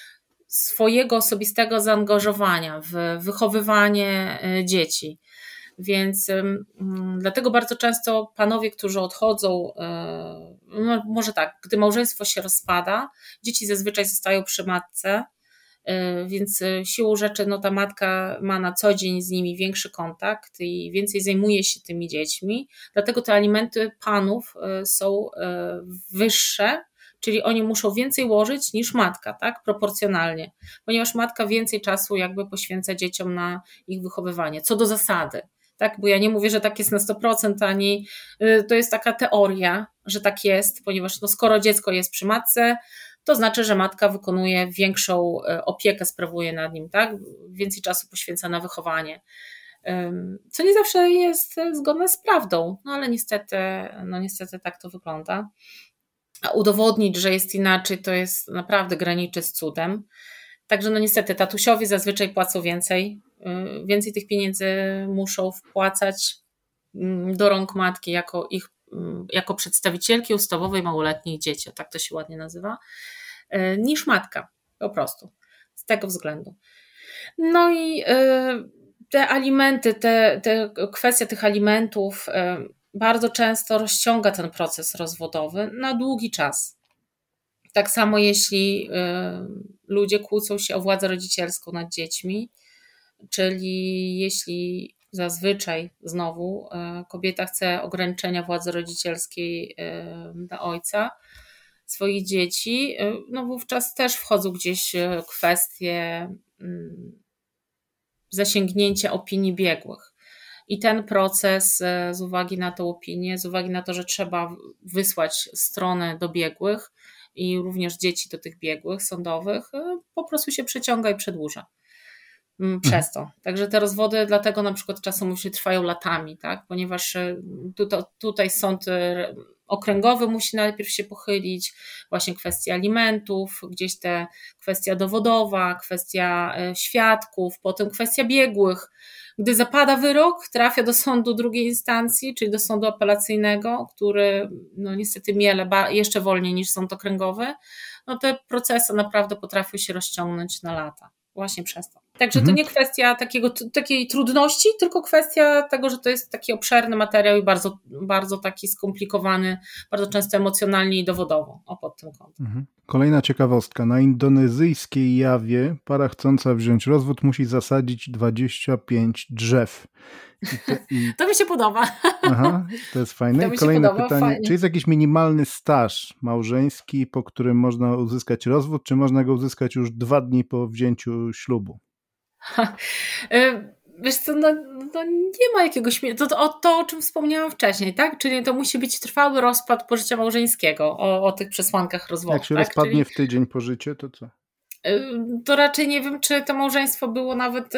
swojego osobistego zaangażowania w wychowywanie dzieci. Więc dlatego bardzo często panowie, którzy odchodzą, może tak, gdy małżeństwo się rozpada, dzieci zazwyczaj zostają przy matce, więc siłą rzeczy ta matka ma na co dzień z nimi większy kontakt i więcej zajmuje się tymi dziećmi, dlatego te alimenty panów są wyższe, czyli oni muszą więcej łożyć niż matka, tak, proporcjonalnie, ponieważ matka więcej czasu jakby poświęca dzieciom na ich wychowywanie, co do zasady. Tak, bo ja nie mówię, że tak jest na 100%, ani to jest taka teoria, że tak jest, ponieważ skoro dziecko jest przy matce, to znaczy, że matka wykonuje większą opiekę, sprawuje nad nim, tak? Więcej czasu poświęca na wychowanie, co nie zawsze jest zgodne z prawdą, ale niestety tak to wygląda. A udowodnić, że jest inaczej, to jest naprawdę graniczy z cudem. Także niestety tatusiowie zazwyczaj płacą więcej tych pieniędzy muszą wpłacać do rąk matki jako przedstawicielki ustawowej małoletnich dzieci, tak to się ładnie nazywa, niż matka, po prostu, z tego względu. No i te alimenty, kwestia tych alimentów bardzo często rozciąga ten proces rozwodowy na długi czas. Tak samo jeśli ludzie kłócą się o władzę rodzicielską nad dziećmi, czyli jeśli zazwyczaj znowu kobieta chce ograniczenia władzy rodzicielskiej dla ojca swoich dzieci, wówczas też wchodzą gdzieś kwestie zasięgnięcia opinii biegłych. I ten proces z uwagi na tę opinię, z uwagi na to, że trzeba wysłać strony do biegłych i również dzieci do tych biegłych sądowych, po prostu się przeciąga i przedłuża. Przez to. Także te rozwody dlatego na przykład czasem się trwają latami, tak? Ponieważ tutaj sąd okręgowy musi najpierw się pochylić, właśnie kwestia alimentów, gdzieś kwestia dowodowa, kwestia świadków, potem kwestia biegłych. Gdy zapada wyrok, trafia do sądu drugiej instancji, czyli do sądu apelacyjnego, który niestety miele jeszcze wolniej niż sąd okręgowy, te procesy naprawdę potrafią się rozciągnąć na lata. Właśnie przez to. Także to nie kwestia takiej trudności, tylko kwestia tego, że to jest taki obszerny materiał i bardzo, bardzo taki skomplikowany, bardzo często emocjonalnie i dowodowo pod tym kątem. Kolejna ciekawostka. Na indonezyjskiej Jawie para chcąca wziąć rozwód musi zasadzić 25 drzew. To mi się podoba. Aha, to jest fajne. I kolejne pytanie. Fajnie. Czy jest jakiś minimalny staż małżeński, po którym można uzyskać rozwód, czy można go uzyskać już 2 dni po wzięciu ślubu? Wiesz co, nie ma jakiegoś... To, o czym wspomniałam wcześniej, tak? Czyli to musi być trwały rozpad pożycia małżeńskiego, o tych przesłankach rozwodu. Jak się rozpadnie w tydzień pożycie, to co? To raczej nie wiem, czy to małżeństwo było nawet...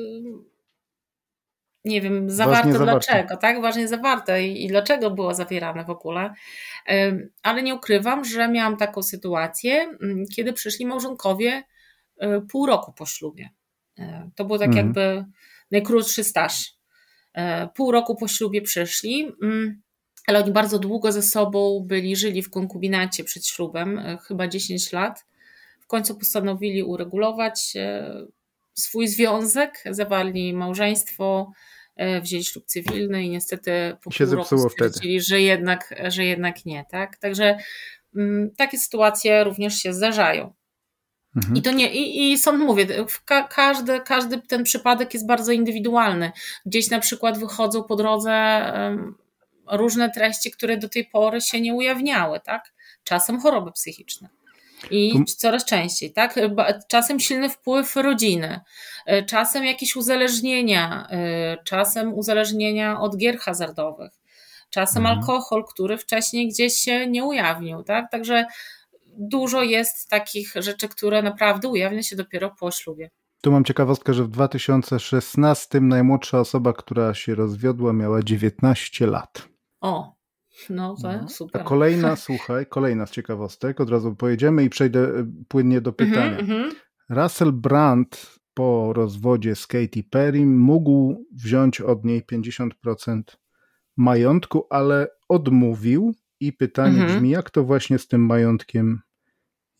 nie wiem, zawarte dlaczego, tak? Ważnie zawarte i dlaczego było zawierane w ogóle. Ale nie ukrywam, że miałam taką sytuację, kiedy przyszli małżonkowie pół roku po ślubie. To był tak jakby najkrótszy staż. Pół roku po ślubie przyszli, ale oni bardzo długo ze sobą żyli w konkubinacie przed ślubem, chyba 10 lat. W końcu postanowili uregulować swój związek, zawarli małżeństwo, wzięli ślub cywilny i niestety po pół roku stwierdzili, że jednak nie. Tak? Także takie sytuacje również się zdarzają. I to nie, i sąd mówię, każdy ten przypadek jest bardzo indywidualny. Gdzieś na przykład wychodzą po drodze różne treści, które do tej pory się nie ujawniały, tak? Czasem choroby psychiczne. I coraz częściej, tak? Czasem silny wpływ rodziny, czasem jakieś uzależnienia, czasem uzależnienia od gier hazardowych, czasem alkohol, który wcześniej gdzieś się nie ujawnił, tak? Także dużo jest takich rzeczy, które naprawdę ujawnią się dopiero po ślubie. Tu mam ciekawostkę, że w 2016 najmłodsza osoba, która się rozwiodła, miała 19 lat. O, to super. A kolejna z ciekawostek, od razu pojedziemy i przejdę płynnie do pytania. Russell Brand po rozwodzie z Katy Perry mógł wziąć od niej 50% majątku, ale odmówił i pytanie brzmi, jak to właśnie z tym majątkiem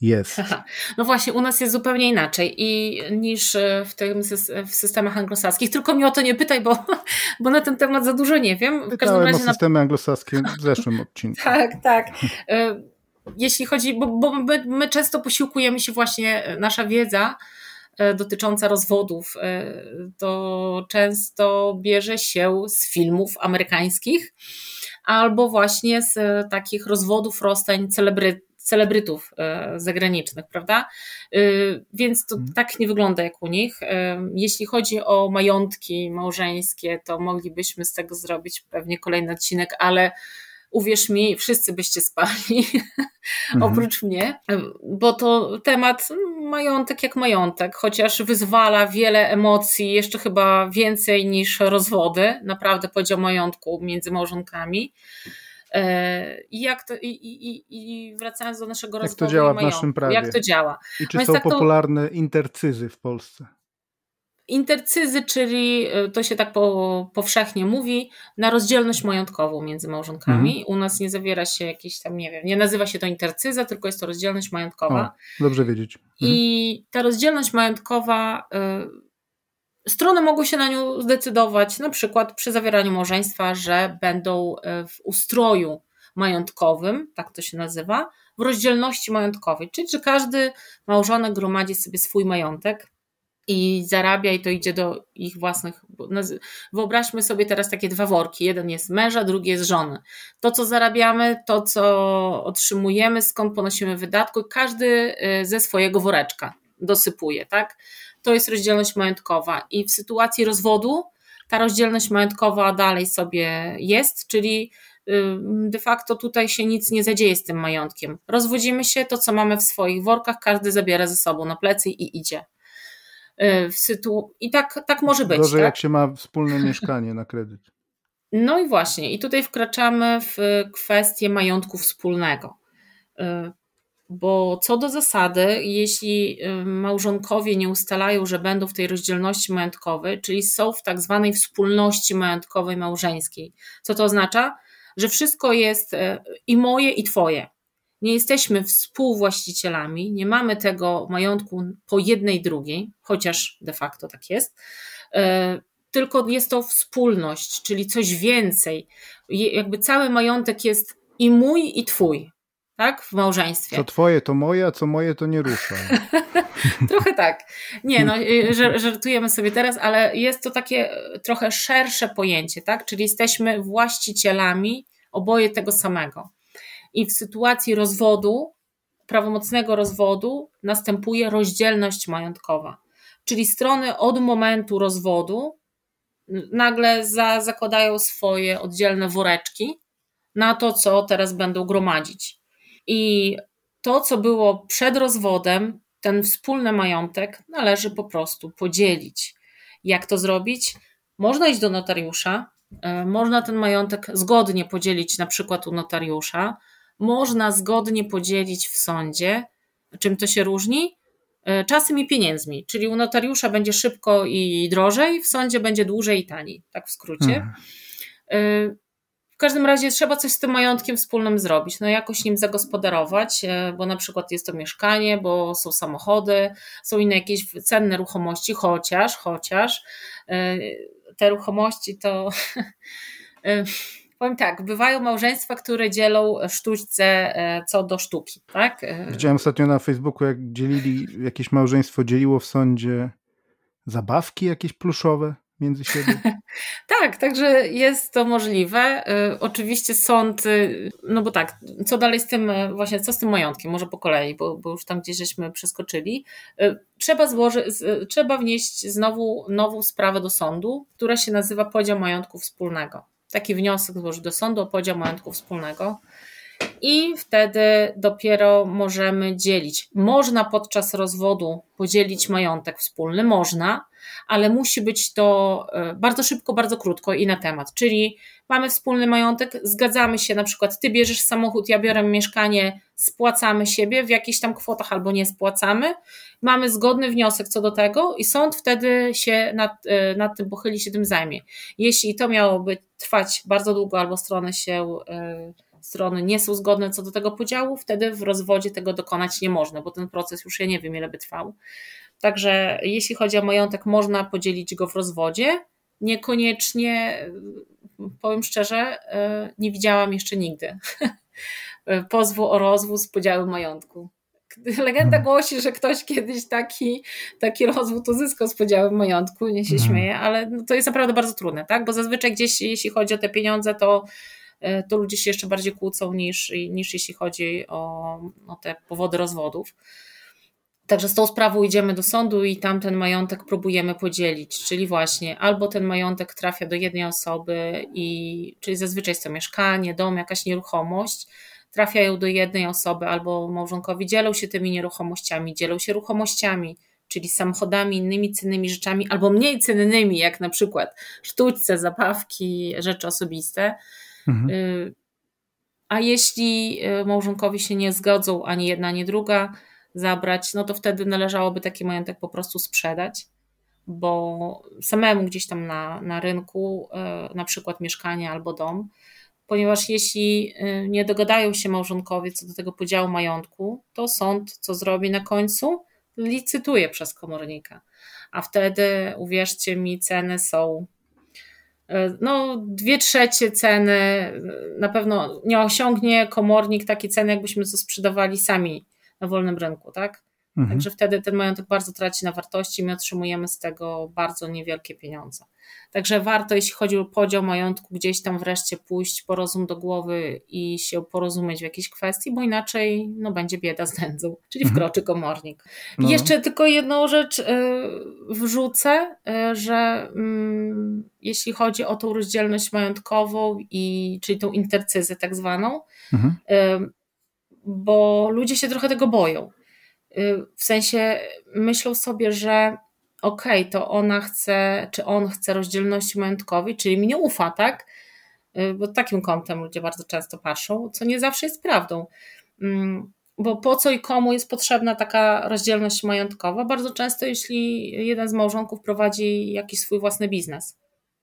Jest. No właśnie, u nas jest zupełnie inaczej niż w systemach anglosaskich. Tylko mnie o to nie pytaj, bo na ten temat za dużo nie wiem. W każdym razie o systemy anglosaskie w zeszłym odcinku. Tak. Jeśli chodzi, bo my często posiłkujemy się właśnie, nasza wiedza dotycząca rozwodów, to często bierze się z filmów amerykańskich albo właśnie z takich rozwodów, rozstań celebrytów zagranicznych, prawda? Więc to tak nie wygląda jak u nich. Jeśli chodzi o majątki małżeńskie, to moglibyśmy z tego zrobić pewnie kolejny odcinek, ale uwierz mi, wszyscy byście spali, oprócz mnie, bo to temat majątek jak majątek, chociaż wyzwala wiele emocji, jeszcze chyba więcej niż rozwody, naprawdę podział majątku między małżonkami. I wracając do naszego rozwodu, jak to działa w naszym prawie? Jak to działa? I czy są popularne intercyzy w Polsce? Intercyzy, czyli to się tak powszechnie mówi, na rozdzielność majątkową między małżonkami. U nas nie zawiera się jakiś tam, nie wiem, nie nazywa się to intercyza, tylko jest to rozdzielność majątkowa. Dobrze wiedzieć. I ta rozdzielność majątkowa, strony mogą się na nią zdecydować, na przykład przy zawieraniu małżeństwa, że będą w ustroju majątkowym, tak to się nazywa, w rozdzielności majątkowej, czyli że każdy małżonek gromadzi sobie swój majątek i zarabia i to idzie do ich własnych. Wyobraźmy sobie teraz takie dwa worki. Jeden jest męża, drugi jest żony. To, co zarabiamy, to, co otrzymujemy, skąd ponosimy wydatki, każdy ze swojego woreczka dosypuje, tak? To jest rozdzielność majątkowa i w sytuacji rozwodu ta rozdzielność majątkowa dalej sobie jest, czyli de facto tutaj się nic nie zadzieje z tym majątkiem. Rozwodzimy się, to co mamy w swoich workach, każdy zabiera ze sobą na plecy i idzie. I tak może być. Gorzej tak? Jak się ma wspólne mieszkanie na kredyt. No i właśnie, i tutaj wkraczamy w kwestię majątku wspólnego. Bo co do zasady, jeśli małżonkowie nie ustalają, że będą w tej rozdzielności majątkowej, czyli są w tak zwanej wspólności majątkowej małżeńskiej. Co to oznacza? Że wszystko jest i moje, i twoje. Nie jesteśmy współwłaścicielami, nie mamy tego majątku po jednej drugiej, chociaż de facto tak jest, tylko jest to wspólność, czyli coś więcej. Jakby cały majątek jest i mój, i twój, tak? W małżeństwie. Co twoje to moje, a co moje to nie rusza. Trochę tak. Nie, no żartujemy sobie teraz, ale jest to takie trochę szersze pojęcie, tak? Czyli jesteśmy właścicielami oboje tego samego. I w sytuacji rozwodu, prawomocnego rozwodu, następuje rozdzielność majątkowa. Czyli strony od momentu rozwodu nagle zakładają swoje oddzielne woreczki na to, co teraz będą gromadzić. I to, co było przed rozwodem, ten wspólny majątek należy po prostu podzielić. Jak to zrobić? Można iść do notariusza, można ten majątek zgodnie podzielić na przykład u notariusza, można zgodnie podzielić w sądzie. Czym to się różni? Czasem i pieniędzmi, czyli u notariusza będzie szybko i drożej, w sądzie będzie dłużej i taniej, tak w skrócie. W każdym razie trzeba coś z tym majątkiem wspólnym zrobić, no jakoś nim zagospodarować, bo na przykład jest to mieszkanie, bo są samochody, są inne jakieś cenne ruchomości, chociaż te ruchomości to... Powiem tak, bywają małżeństwa, które dzielą sztućce co do sztuki, tak? Widziałem ostatnio na Facebooku, jak jakieś małżeństwo dzieliło w sądzie zabawki jakieś pluszowe między siebie. Tak, także jest to możliwe. Oczywiście sąd, no bo tak, co dalej z tym, właśnie co z tym majątkiem, może po kolei, bo już tam gdzieś żeśmy przeskoczyli. Trzeba wnieść znowu nową sprawę do sądu, która się nazywa podział majątku wspólnego. Taki wniosek złożyć do sądu o podział majątku wspólnego i wtedy dopiero możemy dzielić. Można podczas rozwodu podzielić majątek wspólny, można, ale musi być to bardzo szybko, bardzo krótko i na temat. Czyli mamy wspólny majątek, zgadzamy się, na przykład ty bierzesz samochód, ja biorę mieszkanie, spłacamy siebie w jakichś tam kwotach albo nie spłacamy. Mamy zgodny wniosek co do tego i sąd wtedy się nad tym pochyli, się tym zajmie. Jeśli to miałoby trwać bardzo długo albo strony się strony nie są zgodne co do tego podziału, wtedy w rozwodzie tego dokonać nie można, bo ten proces już ja nie wiem ile by trwał. Także jeśli chodzi o majątek, można podzielić go w rozwodzie. Niekoniecznie, powiem szczerze, nie widziałam jeszcze nigdy pozwu o rozwód z podziałem majątku. Legenda głosi, że ktoś kiedyś taki rozwód uzyskał z podziałem majątku, nie się śmieje, ale to jest naprawdę bardzo trudne, tak? Bo zazwyczaj gdzieś, jeśli chodzi o te pieniądze, to ludzie się jeszcze bardziej kłócą niż jeśli chodzi o te powody rozwodów. Także z tą sprawą idziemy do sądu i tam ten majątek próbujemy podzielić, czyli właśnie albo ten majątek trafia do jednej osoby, czyli zazwyczaj jest to mieszkanie, dom, jakaś nieruchomość, trafiają do jednej osoby, albo małżonkowie dzielą się tymi nieruchomościami, dzielą się ruchomościami, czyli samochodami, innymi cennymi rzeczami, albo mniej cennymi, jak na przykład sztućce, zabawki, rzeczy osobiste. A jeśli małżonkowie się nie zgodzą, ani jedna, ani druga, zabrać, no to wtedy należałoby taki majątek po prostu sprzedać, bo samemu gdzieś tam na rynku, na przykład mieszkanie albo dom, ponieważ jeśli nie dogadają się małżonkowie co do tego podziału majątku, to sąd co zrobi na końcu? Licytuje przez komornika. A wtedy, uwierzcie mi, ceny są 2/3 ceny, na pewno nie osiągnie komornik takiej ceny, jakbyśmy to sprzedawali sami na wolnym rynku, tak? Także wtedy ten majątek bardzo traci na wartości, my otrzymujemy z tego bardzo niewielkie pieniądze. Także warto, jeśli chodzi o podział majątku, gdzieś tam wreszcie pójść po rozum do głowy i się porozumieć w jakiejś kwestii, bo inaczej będzie bieda z nędzą, czyli wkroczy komornik. I jeszcze tylko jedną rzecz wrzucę, że jeśli chodzi o tą rozdzielność majątkową, czyli tą intercyzę tak zwaną, bo ludzie się trochę tego boją. W sensie myślą sobie, że to ona chce, czy on chce rozdzielności majątkowej, czyli mi nie ufa, tak? Bo takim kątem ludzie bardzo często patrzą, co nie zawsze jest prawdą. Bo po co i komu jest potrzebna taka rozdzielność majątkowa? Bardzo często, jeśli jeden z małżonków prowadzi jakiś swój własny biznes.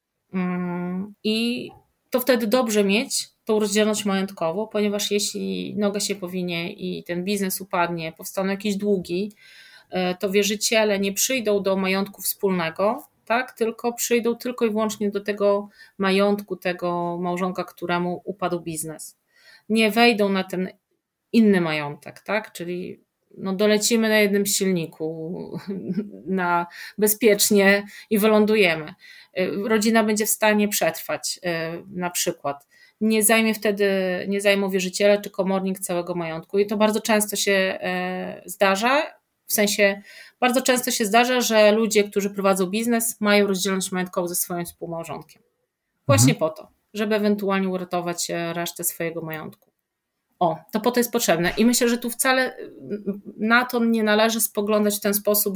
I to wtedy dobrze mieć tą rozdzielność majątkową, ponieważ jeśli noga się powinie i ten biznes upadnie, powstaną jakieś długi, to wierzyciele nie przyjdą do majątku wspólnego, tak? Tylko przyjdą tylko i wyłącznie do tego majątku tego małżonka, któremu upadł biznes. Nie wejdą na ten inny majątek, tak? Czyli dolecimy na jednym silniku bezpiecznie i wylądujemy. Rodzina będzie w stanie przetrwać na przykład. Nie zajmą wierzyciele czy komornik całego majątku i to bardzo często się zdarza, w sensie bardzo często się zdarza, że ludzie, którzy prowadzą biznes, mają rozdzielność majątkową ze swoim współmałżonkiem. Właśnie po to, żeby ewentualnie uratować resztę swojego majątku. To po to jest potrzebne i myślę, że tu wcale na to nie należy spoglądać w ten sposób,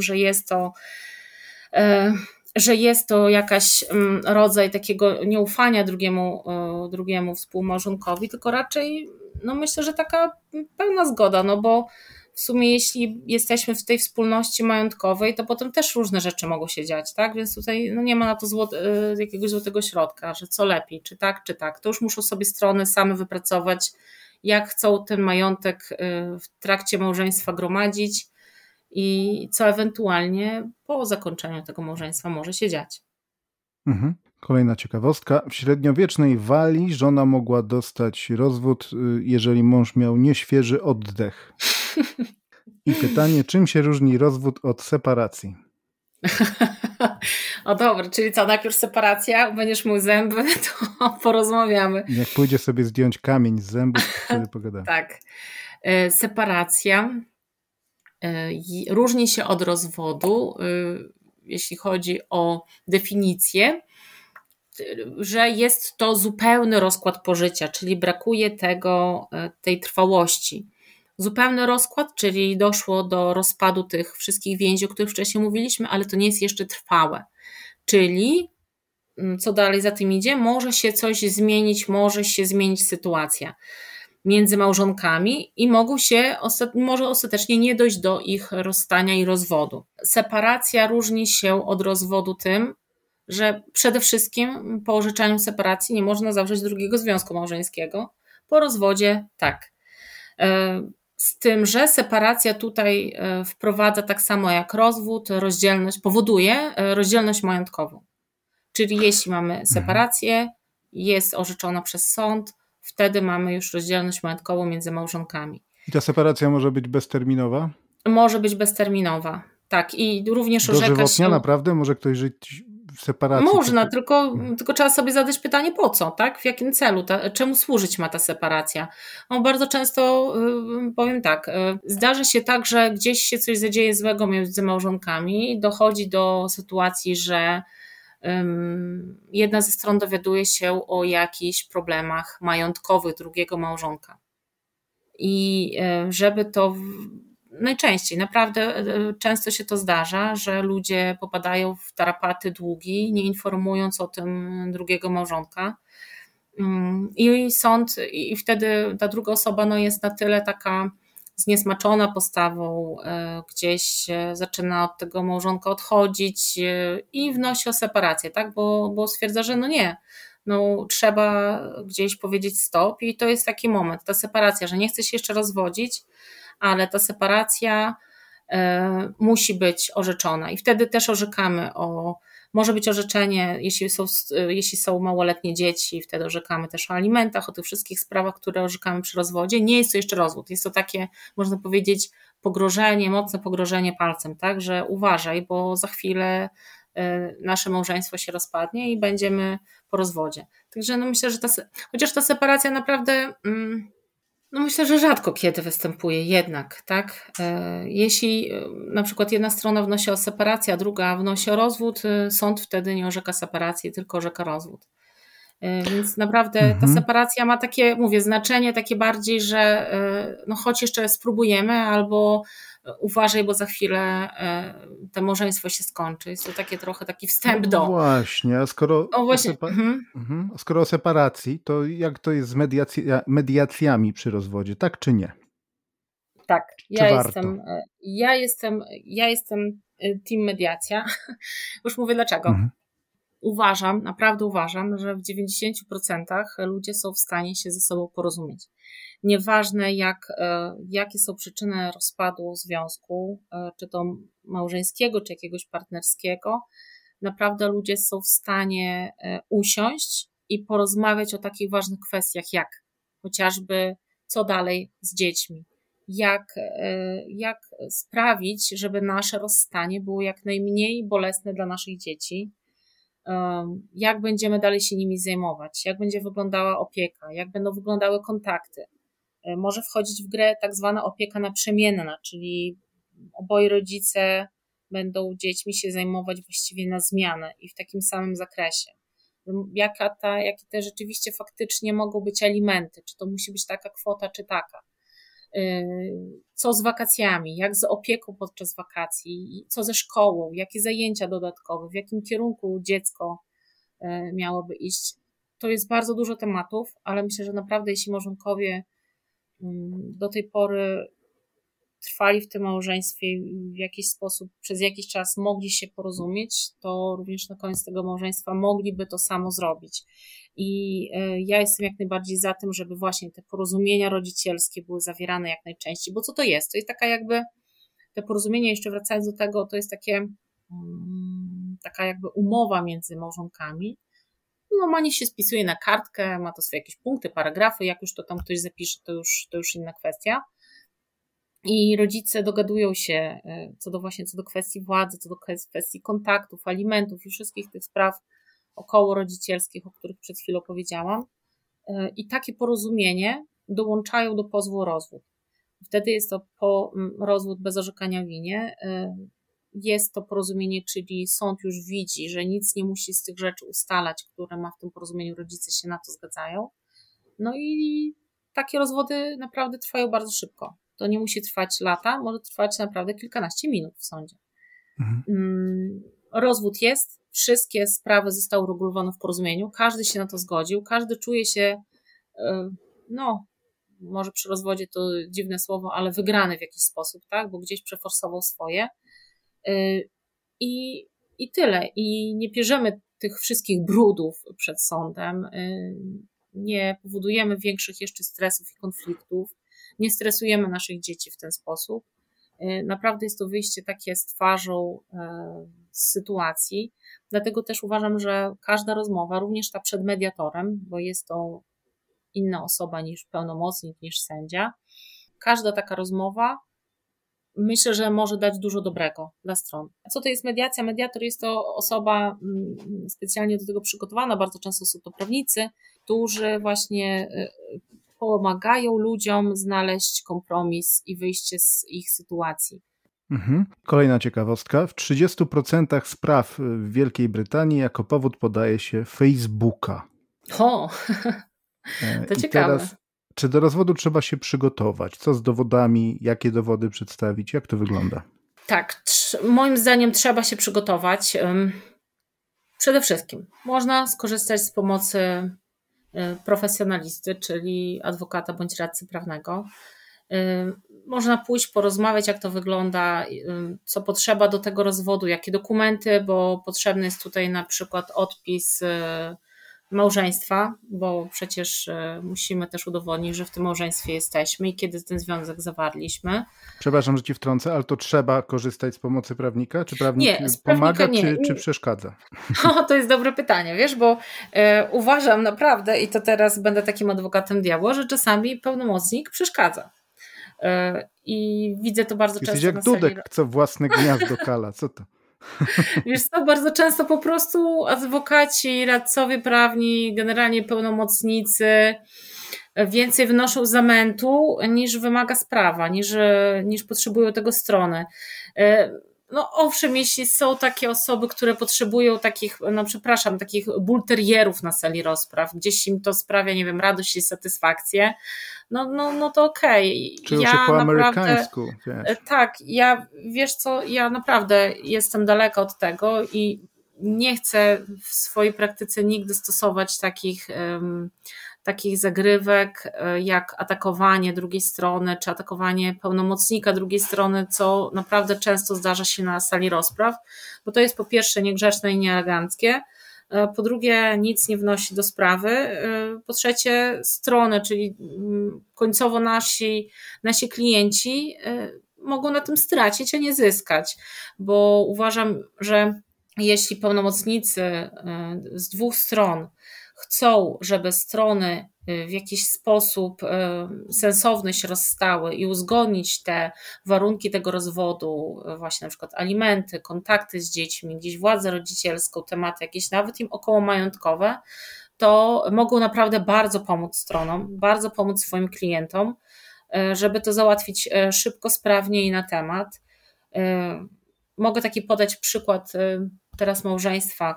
że jest to jakaś rodzaj takiego nieufania drugiemu współmałżonkowi, tylko raczej myślę, że taka pełna zgoda, bo w sumie jeśli jesteśmy w tej wspólności majątkowej, to potem też różne rzeczy mogą się dziać, tak? Więc tutaj nie ma na to jakiegoś złotego środka, że co lepiej, czy tak, czy tak. To już muszą sobie strony same wypracować, jak chcą ten majątek w trakcie małżeństwa gromadzić i co ewentualnie po zakończeniu tego małżeństwa może się dziać. Kolejna ciekawostka. W średniowiecznej Walii żona mogła dostać rozwód, jeżeli mąż miał nieświeży oddech. I pytanie, czym się różni rozwód od separacji? Dobra, czyli co, najpierw separacja, będziesz mył zęby, to porozmawiamy. Jak pójdzie sobie zdjąć kamień z zębów, to wtedy pogadamy. Tak. Separacja różni się od rozwodu, jeśli chodzi o definicję, że jest to zupełny rozkład pożycia, czyli brakuje tej trwałości. Zupełny rozkład, czyli doszło do rozpadu tych wszystkich więzi, o których wcześniej mówiliśmy, ale to nie jest jeszcze trwałe. Czyli co dalej za tym idzie? Może się coś zmienić, może się zmienić sytuacja między małżonkami i może ostatecznie nie dojść do ich rozstania i rozwodu. Separacja różni się od rozwodu tym, że przede wszystkim po orzeczeniu separacji nie można zawrzeć drugiego związku małżeńskiego, Po rozwodzie tak. Z tym, że separacja tutaj wprowadza tak samo jak rozwód, powoduje rozdzielność majątkową. Czyli jeśli mamy separację, jest orzeczona przez sąd, wtedy mamy już rozdzielność majątkową między małżonkami. I ta separacja może być bezterminowa? Może być bezterminowa, tak. I również orzeka się... Dożywotnia naprawdę? Może ktoś żyć w separacji? Można, tylko trzeba sobie zadać pytanie po co, tak? W jakim celu, czemu służyć ma ta separacja? No, bardzo często, powiem tak, zdarzy się tak, że gdzieś się coś zadzieje złego między małżonkami, dochodzi do sytuacji, że jedna ze stron dowiaduje się o jakichś problemach majątkowych drugiego małżonka. I żeby to... Najczęściej, naprawdę często się to zdarza, że ludzie popadają w tarapaty długi, nie informując o tym drugiego małżonka. I sąd, i wtedy ta druga osoba jest na tyle taka zniesmaczona postawą, gdzieś zaczyna od tego małżonka odchodzić i wnosi o separację, tak? Bo stwierdza, że nie, trzeba gdzieś powiedzieć stop i to jest taki moment, ta separacja, że nie chce się jeszcze rozwodzić, ale ta separacja musi być orzeczona i wtedy też orzekamy może być orzeczenie, jeśli są małoletnie dzieci, wtedy orzekamy też o alimentach, o tych wszystkich sprawach, które orzekamy przy rozwodzie. Nie jest to jeszcze rozwód, jest to takie, można powiedzieć, pogrożenie, mocne pogrożenie palcem, tak, że uważaj, bo za chwilę nasze małżeństwo się rozpadnie i będziemy po rozwodzie. Także myślę, że chociaż ta separacja naprawdę... myślę, że rzadko kiedy występuje jednak, tak? Jeśli na przykład jedna strona wnosi o separację, a druga wnosi o rozwód, sąd wtedy nie orzeka separacji, tylko orzeka rozwód. Więc naprawdę ta separacja ma takie, znaczenie takie bardziej, że choć jeszcze spróbujemy, albo uważaj, bo za chwilę to małżeństwo się skończy. Jest to trochę taki wstęp do... Właśnie, a skoro o separacji, to jak to jest z mediacjami przy rozwodzie, tak czy nie? Tak, ja jestem team mediacja. Już mówię dlaczego. Naprawdę uważam, że w 90% ludzie są w stanie się ze sobą porozumieć. Nieważne jakie są przyczyny rozpadu związku, czy to małżeńskiego, czy jakiegoś partnerskiego, naprawdę ludzie są w stanie usiąść i porozmawiać o takich ważnych kwestiach jak chociażby co dalej z dziećmi, jak sprawić, żeby nasze rozstanie było jak najmniej bolesne dla naszych dzieci, jak będziemy dalej się nimi zajmować, jak będzie wyglądała opieka, jak będą wyglądały kontakty. Może wchodzić w grę tak zwana opieka naprzemienna, czyli oboje rodzice będą dziećmi się zajmować właściwie na zmianę i w takim samym zakresie. Jakie te rzeczywiście faktycznie mogą być alimenty, czy to musi być taka kwota, czy taka. Co z wakacjami, jak z opieką podczas wakacji, co ze szkołą, jakie zajęcia dodatkowe, w jakim kierunku dziecko miałoby iść. To jest bardzo dużo tematów, ale myślę, że naprawdę jeśli małżonkowie do tej pory trwali w tym małżeństwie i w jakiś sposób przez jakiś czas mogli się porozumieć, to również na koniec tego małżeństwa mogliby to samo zrobić. I ja jestem jak najbardziej za tym, żeby właśnie te porozumienia rodzicielskie były zawierane jak najczęściej, bo co to jest? To jest taka jakby, te porozumienie, jeszcze wracając do tego, to jest taka jakby umowa między małżonkami. Normalnie się spisuje na kartkę, ma to swoje jakieś punkty, paragrafy, jak już to tam ktoś zapisze, to już inna kwestia. I rodzice dogadują się co do kwestii władzy, co do kwestii kontaktów, alimentów i wszystkich tych spraw około rodzicielskich, o których przed chwilą powiedziałam. I takie porozumienie dołączają do pozwu o rozwód. Wtedy jest to rozwód bez orzekania winie. Jest to porozumienie, czyli sąd już widzi, że nic nie musi z tych rzeczy ustalać, które ma w tym porozumieniu, rodzice się na to zgadzają. No i takie rozwody naprawdę trwają bardzo szybko. To nie musi trwać lata, może trwać naprawdę kilkanaście minut w sądzie. Rozwód jest, wszystkie sprawy zostały uregulowane w porozumieniu, każdy się na to zgodził, każdy czuje się, może przy rozwodzie to dziwne słowo, ale wygrany w jakiś sposób, tak? Bo gdzieś przeforsował swoje. I tyle. I nie bierzemy tych wszystkich brudów przed sądem. nie powodujemy większych jeszcze stresów i konfliktów, nie stresujemy naszych dzieci w ten sposób. Naprawdę jest to wyjście takie z twarzą z sytuacji. Dlatego też uważam, że każda rozmowa, również ta przed mediatorem, bo jest to inna osoba niż pełnomocnik, niż sędzia, każda taka rozmowa myślę, że może dać dużo dobrego dla stron. A co to jest mediacja? Mediator jest to osoba specjalnie do tego przygotowana, bardzo często są to prawnicy, którzy właśnie pomagają ludziom znaleźć kompromis i wyjście z ich sytuacji. Kolejna ciekawostka. W 30% spraw w Wielkiej Brytanii jako powód podaje się Facebooka. O, to ciekawe. Teraz, czy do rozwodu trzeba się przygotować? Co z dowodami? Jakie dowody przedstawić? Jak to wygląda? Tak, moim zdaniem trzeba się przygotować. Przede wszystkim można skorzystać z pomocy profesjonalisty, czyli adwokata bądź radcy prawnego. Można pójść, porozmawiać, jak to wygląda, co potrzeba do tego rozwodu, jakie dokumenty, bo potrzebny jest tutaj na przykład odpis małżeństwa, bo przecież musimy też udowodnić, że w tym małżeństwie jesteśmy i kiedy ten związek zawarliśmy. Przepraszam, że ci wtrącę, ale to trzeba korzystać z pomocy prawnika? Czy prawnik pomaga, czy przeszkadza? O, to jest dobre pytanie, wiesz, bo uważam naprawdę, i to teraz będę takim adwokatem diabła, że czasami pełnomocnik przeszkadza. I widzę to bardzo Jesteś często jak na Dudek, sali. co własne gniazdo kala. Co to? Wiesz co, bardzo często po prostu adwokaci, radcowie prawni, generalnie pełnomocnicy więcej wnoszą zamętu niż wymaga sprawa, niż potrzebują tego strony. No owszem, jeśli są takie osoby, które potrzebują takich, takich bulterierów na sali rozpraw, gdzieś im to sprawia, nie wiem, radość i satysfakcję, no to okej. Czują się po amerykańsku. Wiesz. Tak, wiesz co, ja naprawdę jestem daleka od tego i nie chcę w swojej praktyce nigdy stosować takich zagrywek jak atakowanie drugiej strony, czy atakowanie pełnomocnika drugiej strony, co naprawdę często zdarza się na sali rozpraw, bo to jest po pierwsze niegrzeczne i nieeleganckie, po drugie nic nie wnosi do sprawy, po trzecie strony, czyli końcowo nasi klienci mogą na tym stracić, a nie zyskać, bo uważam, że jeśli pełnomocnicy z dwóch stron chcą, żeby strony w jakiś sposób sensowny się rozstały i uzgodnić te warunki tego rozwodu, właśnie na przykład alimenty, kontakty z dziećmi, gdzieś władzę rodzicielską, tematy jakieś nawet im okołomajątkowe, to mogą naprawdę bardzo pomóc stronom, bardzo pomóc swoim klientom, żeby to załatwić szybko, sprawnie i na temat. Mogę taki podać przykład teraz małżeństwa,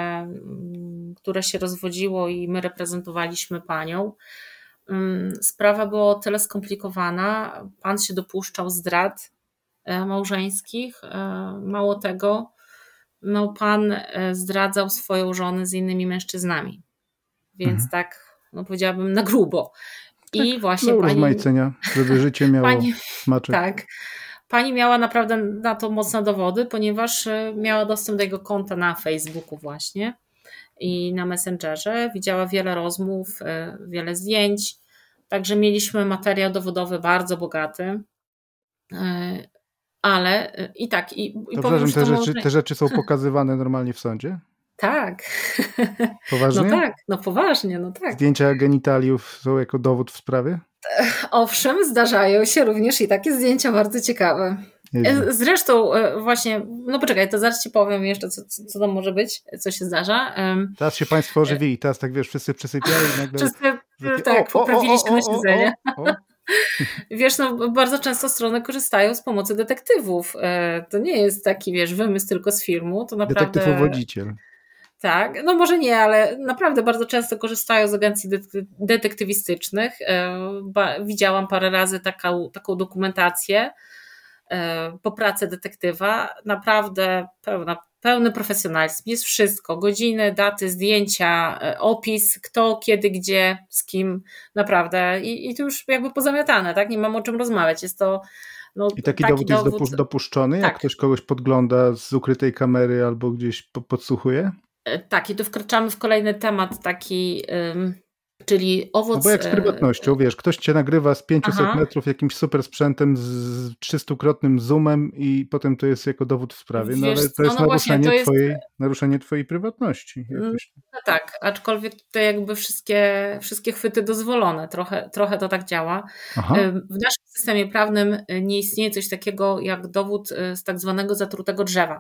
które się rozwodziło i my reprezentowaliśmy panią. Sprawa była o tyle skomplikowana, pan się dopuszczał zdrad małżeńskich. Mało tego, pan zdradzał swoją żonę z innymi mężczyznami. Więc tak, powiedziałabym na grubo. I tak, właśnie pani rozmaicenia, żeby życie miało smaczek. Tak. Pani miała naprawdę na to mocne dowody, ponieważ miała dostęp do jego konta na Facebooku właśnie i na Messengerze. Widziała wiele rozmów, wiele zdjęć, także mieliśmy materiał dowodowy bardzo bogaty. Ale i tak. I powiem, te rzeczy są pokazywane normalnie w sądzie? Tak. Poważnie? No tak, poważnie, tak. Zdjęcia genitaliów są jako dowód w sprawie? Owszem, zdarzają się również i takie zdjęcia bardzo ciekawe. Zresztą właśnie, poczekaj, to zaraz ci powiem jeszcze, co tam może być, co się zdarza. Teraz się państwo ożywili, teraz tak wiesz, wszyscy przysypiają i nagle... Wszyscy, tak, poprawiliśmy na siedzenie. Wiesz, bardzo często strony korzystają z pomocy detektywów. To nie jest taki, wymysł tylko z filmu, to naprawdę... Detektyw-uwodziciel. Tak, może nie, ale naprawdę bardzo często korzystają z agencji detektywistycznych. Widziałam parę razy taką dokumentację po pracy detektywa. Naprawdę pełny profesjonalizm. Jest wszystko. Godziny, daty, zdjęcia, opis, kto, kiedy, gdzie, z kim. Naprawdę. I to już jakby pozamiatane, tak? Nie mam o czym rozmawiać. Jest to I taki dowód jest dopuszczony? Tak. Jak ktoś kogoś podgląda z ukrytej kamery albo gdzieś podsłuchuje? Tak, i tu wkraczamy w kolejny temat taki Czyli owoc... No bo jak z prywatnością, wiesz, ktoś cię nagrywa z 500 metrów jakimś super sprzętem z 300-krotnym zoomem i potem to jest jako dowód w sprawie, no ale to jest naruszenie twojej prywatności. Jakoś. No tak, aczkolwiek tutaj jakby wszystkie chwyty dozwolone, trochę to tak działa. Aha. W naszym systemie prawnym nie istnieje coś takiego jak dowód z tak zwanego zatrutego drzewa.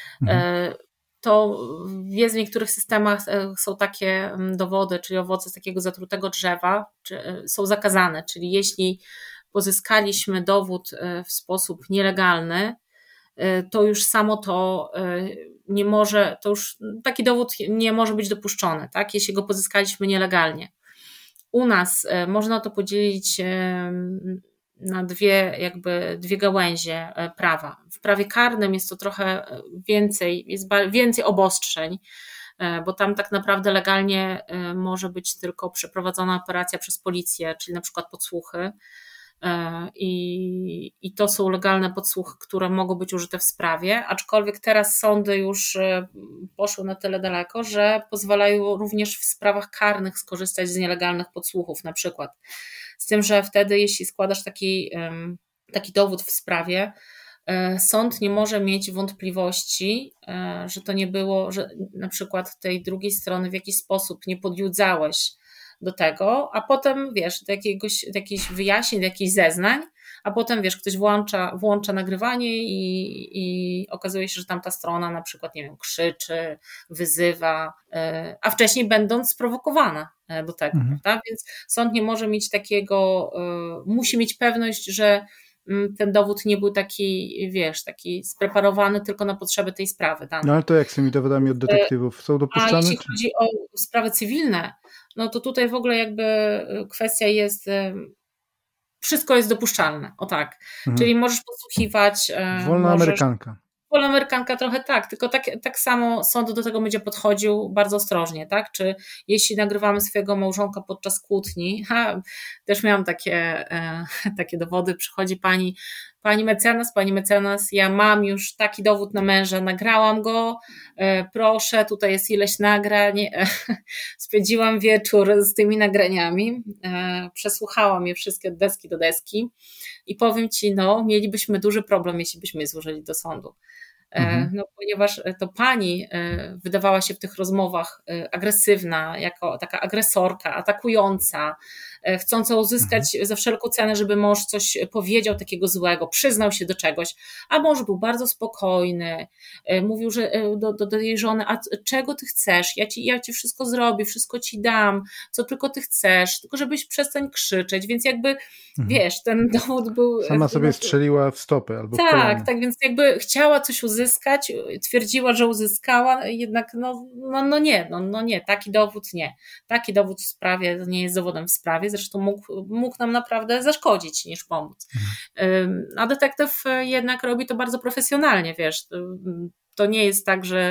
To jest w niektórych systemach są takie dowody, czyli owoce z takiego zatrutego drzewa są zakazane, czyli jeśli pozyskaliśmy dowód w sposób nielegalny, to już samo to nie może, to już taki dowód nie może być dopuszczony, tak? Jeśli go pozyskaliśmy nielegalnie. U nas można to podzielić na dwie gałęzie prawa. W prawie karnym jest to trochę więcej obostrzeń, bo tam tak naprawdę legalnie może być tylko przeprowadzona operacja przez policję, czyli na przykład podsłuchy. I to są legalne podsłuchy, które mogą być użyte w sprawie, aczkolwiek teraz sądy już poszły na tyle daleko, że pozwalają również w sprawach karnych skorzystać z nielegalnych podsłuchów na przykład. Z tym, że wtedy jeśli składasz taki dowód w sprawie, sąd nie może mieć wątpliwości, że to nie było, że na przykład tej drugiej strony w jakiś sposób nie podjudzałeś do tego, a potem wiesz, do jakichś wyjaśnień, do jakichś zeznań, a potem wiesz, ktoś włącza nagrywanie i okazuje się, że tamta strona na przykład, nie wiem, krzyczy, wyzywa, a wcześniej będąc sprowokowana do tego, prawda? Więc sąd nie może mieć takiego, musi mieć pewność, że ten dowód nie był taki, wiesz, taki spreparowany tylko na potrzeby tej sprawy. Tak? No ale to jak z tymi dowodami od detektywów? Są dopuszczane? A jeśli chodzi o sprawy cywilne, no to tutaj w ogóle jakby kwestia jest, wszystko jest dopuszczalne, o tak. Czyli możesz podsłuchiwać. Wolna Amerykanka. Wolna Amerykanka trochę tak, tylko tak samo sąd do tego będzie podchodził bardzo ostrożnie, tak? Czy jeśli nagrywamy swojego małżonka podczas kłótni, też miałam takie dowody, przychodzi pani mecenas, ja mam już taki dowód na męża, nagrałam go, proszę, tutaj jest ileś nagrań, spędziłam wieczór z tymi nagraniami, przesłuchałam je wszystkie od deski do deski i powiem ci, no, mielibyśmy duży problem, jeśli byśmy je złożyli do sądu. No, ponieważ to pani wydawała się w tych rozmowach agresywna, jako taka agresorka, atakująca, chcąca uzyskać za wszelką cenę, żeby mąż coś powiedział takiego złego, przyznał się do czegoś, a mąż był bardzo spokojny, mówił, że do jej żony, a czego ty chcesz, ja ci wszystko zrobię, wszystko ci dam, co tylko ty chcesz, tylko żebyś przestań krzyczeć, więc jakby wiesz, ten dowód był... Sama sobie strzeliła w stopę albo w kolano. Tak, więc jakby chciała coś uzyskać, twierdziła, że uzyskała, jednak nie, taki dowód nie. Taki dowód w sprawie nie jest dowodem w sprawie, zresztą mógł nam naprawdę zaszkodzić niż pomóc. A detektyw jednak robi to bardzo profesjonalnie, wiesz, to nie jest tak, że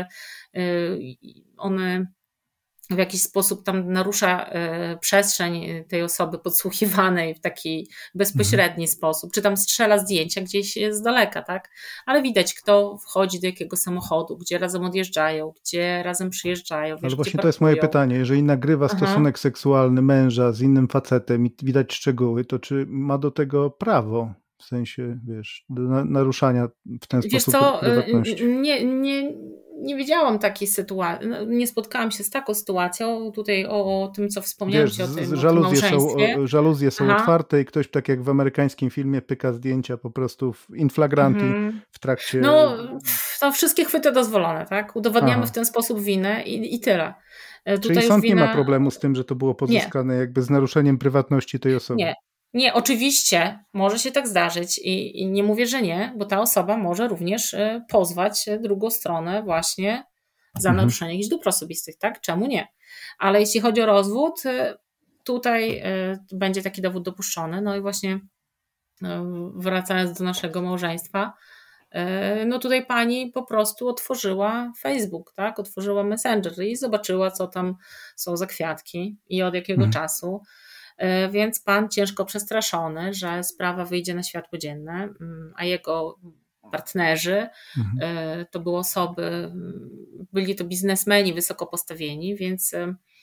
on w jakiś sposób tam narusza przestrzeń tej osoby podsłuchiwanej w taki bezpośredni sposób, czy tam strzela zdjęcia gdzieś z daleka, tak? Ale widać, kto wchodzi do jakiego samochodu, gdzie razem odjeżdżają, gdzie razem przyjeżdżają. Wiesz, ale właśnie to jest moje pytanie, jeżeli nagrywa stosunek seksualny męża z innym facetem i widać szczegóły, to czy ma do tego prawo? W sensie, wiesz, do naruszania w ten sposób prywatności? Nie wiedziałam takiej sytuacji, nie spotkałam się z taką sytuacją, tutaj o tym, co wspomniałam ci o tym małżeństwie. Żaluzje są otwarte i ktoś, tak jak w amerykańskim filmie, pyka zdjęcia po prostu in flagranti w trakcie... No, to wszystkie chwyty dozwolone, tak? Udowadniamy w ten sposób winę i tyle. Czyli sąd nie ma problemu z tym, że to było pozyskane jakby z naruszeniem prywatności tej osoby? Nie, oczywiście może się tak zdarzyć i nie mówię, że nie, bo ta osoba może również pozwać drugą stronę właśnie za naruszenie jakichś dóbr osobistych, tak? Czemu nie? Ale jeśli chodzi o rozwód, tutaj będzie taki dowód dopuszczony. No i właśnie wracając do naszego małżeństwa, no tutaj pani po prostu otworzyła Facebook, tak? Otworzyła Messenger i zobaczyła, co tam są za kwiatki i od jakiego czasu. Więc pan ciężko przestraszony, że sprawa wyjdzie na światło dzienne, a jego partnerzy to były osoby, byli to biznesmeni wysoko postawieni, więc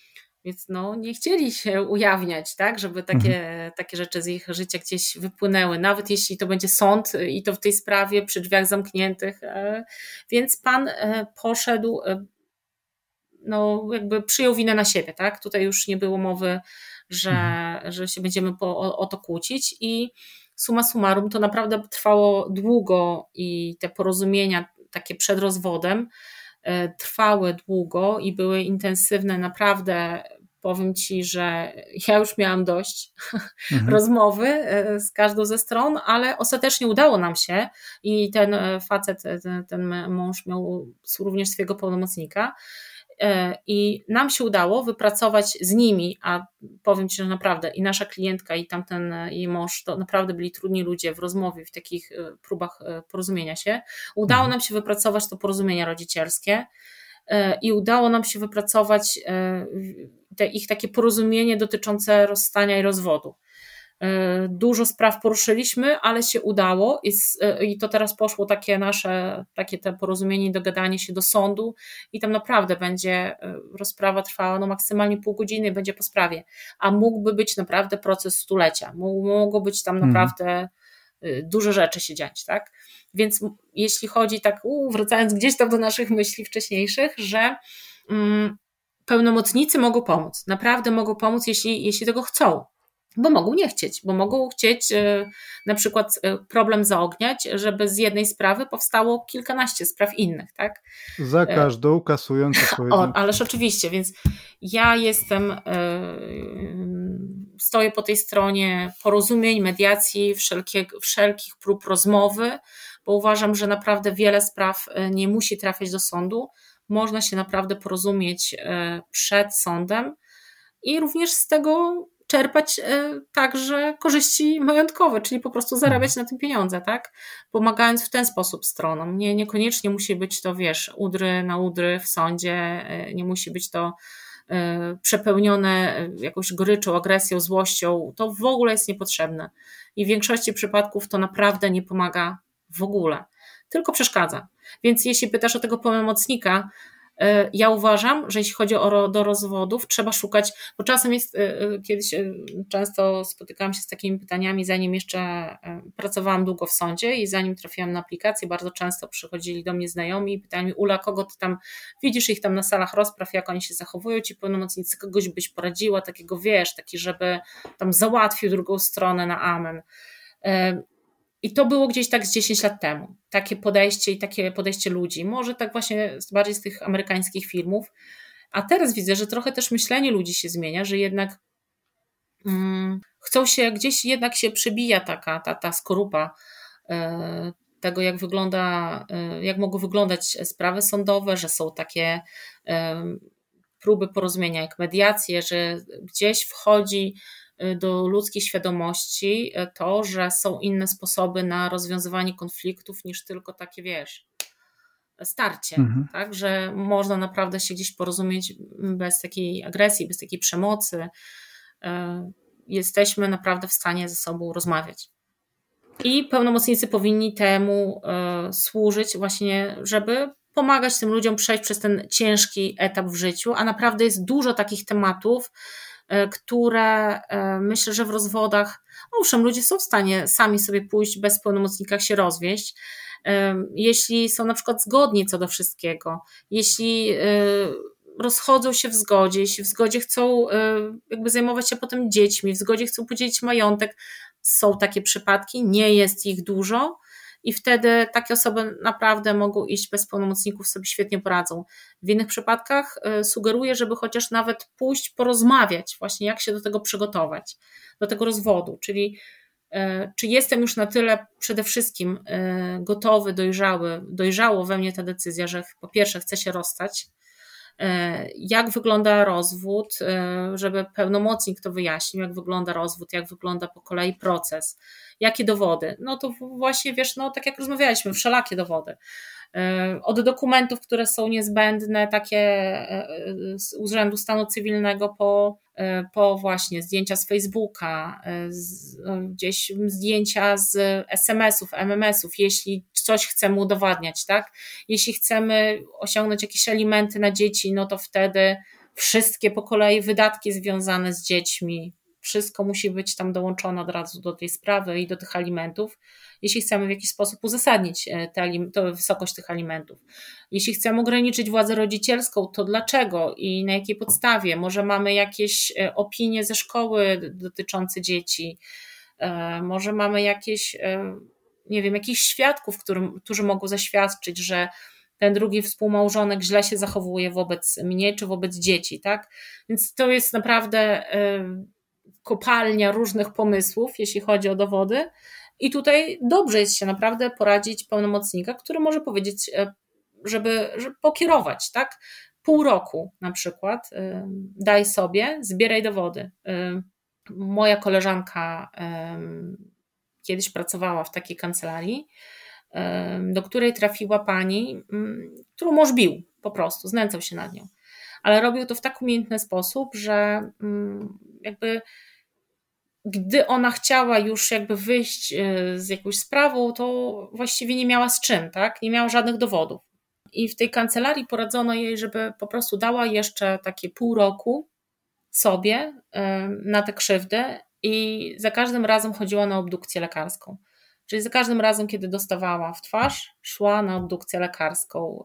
Więc nie chcieli się ujawniać, tak, żeby takie rzeczy z ich życia gdzieś wypłynęły, nawet jeśli to będzie sąd i to w tej sprawie przy drzwiach zamkniętych. Więc pan poszedł, jakby przyjął winę na siebie, tak? Tutaj już nie było mowy, że się będziemy o to kłócić i summa summarum to naprawdę trwało długo i te porozumienia takie przed rozwodem trwały długo i były intensywne, naprawdę powiem Ci, że ja już miałam dość rozmowy z każdą ze stron, ale ostatecznie udało nam się i ten facet, ten mąż miał również swojego pełnomocnika i nam się udało wypracować z nimi, a powiem Ci, że naprawdę i nasza klientka i tamten jej mąż to naprawdę byli trudni ludzie w rozmowie, w takich próbach porozumienia się. Udało nam się wypracować to porozumienie rodzicielskie i udało nam się wypracować ich takie porozumienie dotyczące rozstania i rozwodu. Dużo spraw poruszyliśmy, ale się udało i to teraz poszło takie te porozumienie i dogadanie się do sądu i tam naprawdę będzie rozprawa trwała maksymalnie pół godziny i będzie po sprawie, a mógłby być naprawdę proces stulecia, mogło być tam naprawdę dużo rzeczy się dziać, tak? Więc jeśli chodzi wracając gdzieś tam do naszych myśli wcześniejszych, że pełnomocnicy mogą pomóc, naprawdę mogą pomóc, jeśli tego chcą. Bo mogą nie chcieć, bo mogą chcieć na przykład problem zaogniać, żeby z jednej sprawy powstało kilkanaście spraw innych, tak? Za każdą kasując odpowiednią. Ależ oczywiście, więc ja stoję po tej stronie porozumień, mediacji, wszelkich prób rozmowy, bo uważam, że naprawdę wiele spraw nie musi trafiać do sądu. Można się naprawdę porozumieć przed sądem i również z tego czerpać także korzyści majątkowe, czyli po prostu zarabiać na tym pieniądze, tak? Pomagając w ten sposób stronom. Niekoniecznie musi być to, udry na udry w sądzie, nie musi być to przepełnione jakąś goryczą, agresją, złością. To w ogóle jest niepotrzebne. I w większości przypadków to naprawdę nie pomaga w ogóle, tylko przeszkadza. Więc jeśli pytasz o tego pełnomocnika, ja uważam, że jeśli chodzi do rozwodów, trzeba szukać, bo czasem jest, kiedyś często spotykałam się z takimi pytaniami, zanim jeszcze pracowałam długo w sądzie i zanim trafiłam na aplikację, bardzo często przychodzili do mnie znajomi i pytali mi: Ula, kogo ty tam widzisz ich tam na salach rozpraw, jak oni się zachowują, ci pełnomocnicy, kogoś byś poradziła, takiego taki, żeby tam załatwił drugą stronę na amen. I to było gdzieś tak z 10 lat temu. Takie podejście i takie podejście ludzi. Może tak właśnie bardziej z tych amerykańskich filmów. A teraz widzę, że trochę też myślenie ludzi się zmienia, że jednak chcą się, gdzieś jednak się przebija ta skorupa tego, jak mogą wyglądać sprawy sądowe, że są takie próby porozumienia jak mediacje, że gdzieś wchodzi do ludzkiej świadomości to, że są inne sposoby na rozwiązywanie konfliktów niż tylko takie, starcie, tak, że można naprawdę się gdzieś porozumieć bez takiej agresji, bez takiej przemocy. Jesteśmy naprawdę w stanie ze sobą rozmawiać. I pełnomocnicy powinni temu służyć właśnie, żeby pomagać tym ludziom przejść przez ten ciężki etap w życiu, a naprawdę jest dużo takich tematów, które myślę, że w rozwodach, owszem, ludzie są w stanie sami sobie pójść bez pełnomocnika się rozwieść, jeśli są na przykład zgodni co do wszystkiego, jeśli rozchodzą się w zgodzie, jeśli w zgodzie chcą jakby zajmować się potem dziećmi, w zgodzie chcą podzielić majątek, są takie przypadki, nie jest ich dużo i wtedy takie osoby naprawdę mogą iść bez pełnomocników, sobie świetnie poradzą. W innych przypadkach sugeruję, żeby chociaż nawet pójść porozmawiać właśnie, jak się do tego przygotować, do tego rozwodu, czyli czy jestem już na tyle przede wszystkim gotowy, dojrzało we mnie ta decyzja, że po pierwsze chcę się rozstać, jak wygląda rozwód, żeby pełnomocnik to wyjaśnił, jak wygląda rozwód, jak wygląda po kolei proces, jakie dowody, no to właśnie tak jak rozmawialiśmy, wszelakie dowody, od dokumentów, które są niezbędne, takie z Urzędu Stanu Cywilnego po właśnie zdjęcia z Facebooka, gdzieś zdjęcia z SMS-ów, MMS-ów, jeśli coś chcemy udowadniać, tak? Jeśli chcemy osiągnąć jakieś alimenty na dzieci, no to wtedy wszystkie po kolei wydatki związane z dziećmi, wszystko musi być tam dołączone od razu do tej sprawy i do tych alimentów, jeśli chcemy w jakiś sposób uzasadnić wysokość tych alimentów. Jeśli chcemy ograniczyć władzę rodzicielską, to dlaczego i na jakiej podstawie? Może mamy jakieś opinie ze szkoły dotyczące dzieci, może mamy jakieś, nie wiem, jakichś świadków, którzy mogą zaświadczyć, że ten drugi współmałżonek źle się zachowuje wobec mnie czy wobec dzieci, tak? Więc to jest naprawdę kopalnia różnych pomysłów, jeśli chodzi o dowody. I tutaj dobrze jest się naprawdę poradzić pełnomocnika, który może powiedzieć, żeby pokierować, tak? Pół roku na przykład daj sobie, zbieraj dowody. Moja koleżanka kiedyś pracowała w takiej kancelarii, do której trafiła pani, którą mąż bił, po prostu, znęcał się nad nią. Ale robił to w tak umiejętny sposób, że jakby gdy ona chciała już jakby wyjść z jakąś sprawą, to właściwie nie miała z czym, tak? Nie miała żadnych dowodów. I w tej kancelarii poradzono jej, żeby po prostu dała jeszcze takie pół roku sobie na tę krzywdę i za każdym razem chodziła na obdukcję lekarską. Czyli za każdym razem, kiedy dostawała w twarz, szła na obdukcję lekarską.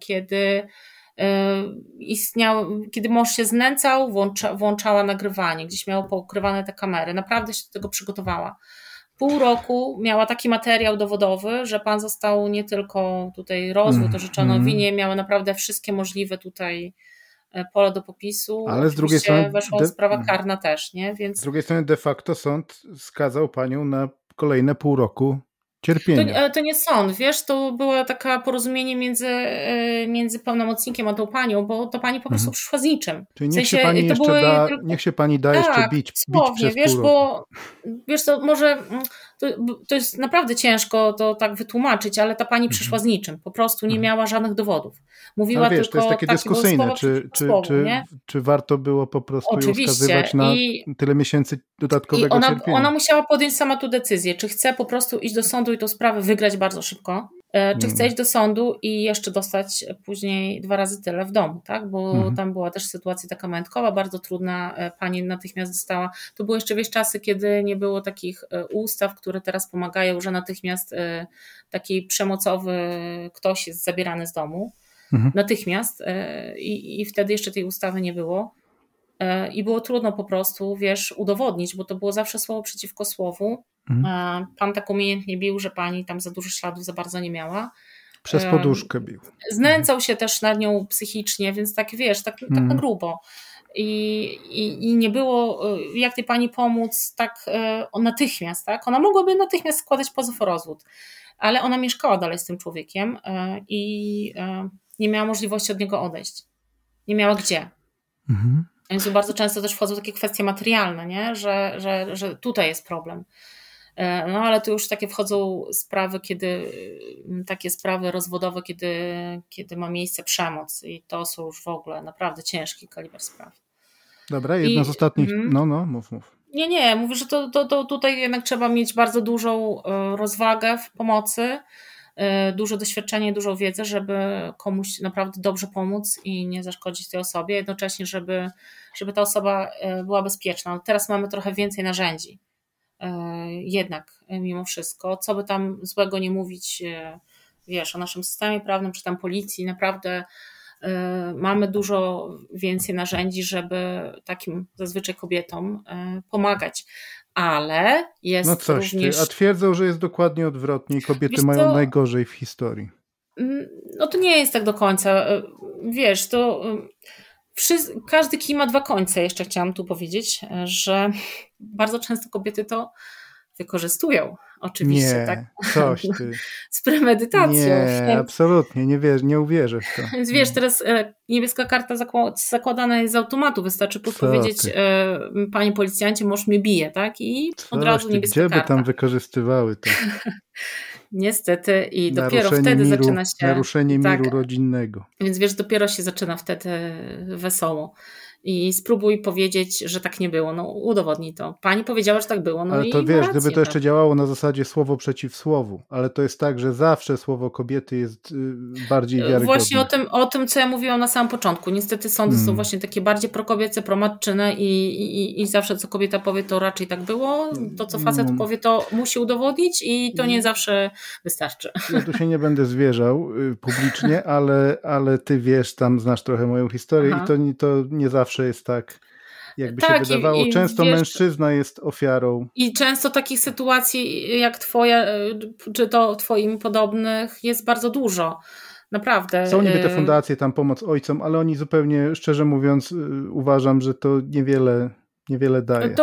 Kiedy mąż się znęcał, włączała nagrywanie, gdzieś miała poukrywane te kamery. Naprawdę się do tego przygotowała. Pół roku miała taki materiał dowodowy, że pan został nie tylko tutaj rozwód, orzeczono winie, miała naprawdę wszystkie możliwe tutaj pola do popisu. Ale z drugiej strony weszła sprawa karna też, nie? Więc... Z drugiej strony de facto sąd skazał panią na kolejne pół roku cierpienia. To nie sąd, wiesz, to było takie porozumienie między pełnomocnikiem a tą panią, bo to pani po prostu przyszła z niczym. Czyli niech się pani da jeszcze bić przez wiesz, pół roku. Bo wiesz, to może to jest naprawdę ciężko to tak wytłumaczyć, ale ta pani przyszła z niczym, po prostu nie miała żadnych dowodów. Mówiła wiesz, tylko to jest takie dyskusyjne, czy warto było po prostu ją skazywać na tyle miesięcy dodatkowego cierpienia. Ona musiała podjąć sama tu decyzję, czy chce po prostu iść do sądu i tą sprawę wygrać bardzo szybko, czy chce iść do sądu i jeszcze dostać później 2 razy tyle w domu, tak? Bo tam była też sytuacja taka majątkowa, bardzo trudna, pani natychmiast dostała, to były jeszcze czasy, kiedy nie było takich ustaw, które teraz pomagają, że natychmiast taki przemocowy ktoś jest zabierany z domu, natychmiast i wtedy jeszcze tej ustawy nie było. I było trudno po prostu, wiesz, udowodnić, bo to było zawsze słowo przeciwko słowu. Pan tak umiejętnie bił, że pani tam za dużo śladów za bardzo nie miała. Przez poduszkę bił. Znęcał się też nad nią psychicznie, więc tak wiesz, tak na grubo. I nie było jak tej pani pomóc tak natychmiast, tak? Ona mogłaby natychmiast składać pozew o rozwód, ale ona mieszkała dalej z tym człowiekiem i nie miała możliwości od niego odejść. Nie miała gdzie. Więc bardzo często też wchodzą takie kwestie materialne, nie? Że tutaj jest problem. No ale tu już takie wchodzą sprawy, takie sprawy rozwodowe, kiedy ma miejsce przemoc i to są już w ogóle naprawdę ciężki kaliber spraw. Dobra, jedna z ostatnich, mów. Nie, mówię, że to tutaj jednak trzeba mieć bardzo dużą rozwagę w pomocy, duże doświadczenie, dużą wiedzę, żeby komuś naprawdę dobrze pomóc i nie zaszkodzić tej osobie, jednocześnie żeby ta osoba była bezpieczna. Teraz mamy trochę więcej narzędzi. Jednak mimo wszystko, co by tam złego nie mówić, wiesz, o naszym systemie prawnym, czy tam policji, naprawdę mamy dużo więcej narzędzi, żeby takim zazwyczaj kobietom pomagać. Ale jest również... A twierdzą, że jest dokładnie odwrotnie i kobiety mają najgorzej w historii. No to nie jest tak do końca. Wiesz, to... Każdy kij ma 2 końce, jeszcze chciałam tu powiedzieć, że bardzo często kobiety to wykorzystują. Oczywiście, nie, tak? Coś ty. Z premedytacją. Nie, absolutnie, nie uwierzę w to. Więc wiesz, teraz niebieska karta zakładana jest z automatu, wystarczy powiedzieć, panie policjancie, mąż mnie bije, tak? I od razu niebieska karta. Gdzie by tam wykorzystywały to? Niestety i dopiero wtedy zaczyna się... Naruszenie miru rodzinnego. Więc wiesz, dopiero się zaczyna wtedy wesoło. i spróbuj powiedzieć, że tak nie było. No udowodnij to. Pani powiedziała, że tak było. No ale to i wiesz, ma gdyby rację, to jeszcze tak. działało na zasadzie słowo przeciw słowu, ale to jest tak, że zawsze słowo kobiety jest bardziej wiarygodne. Właśnie o tym, co ja mówiłam na samym początku. Niestety sądy są właśnie takie bardziej prokobiece, promatczyne i zawsze co kobieta powie, to raczej tak było. To co facet powie, to musi udowodnić i to nie zawsze wystarczy. Ja tu się nie będę zwierzał publicznie, ale ty wiesz, tam znasz trochę moją historię. Aha. I to nie zawsze jest tak, jakby się Tak, wydawało. Często wiesz, mężczyzna jest ofiarą. I często takich sytuacji jak twoja, czy to twoim podobnych jest bardzo dużo. Naprawdę. Są niby te fundacje, tam pomoc ojcom, ale oni zupełnie, szczerze mówiąc, uważam, że to niewiele daje.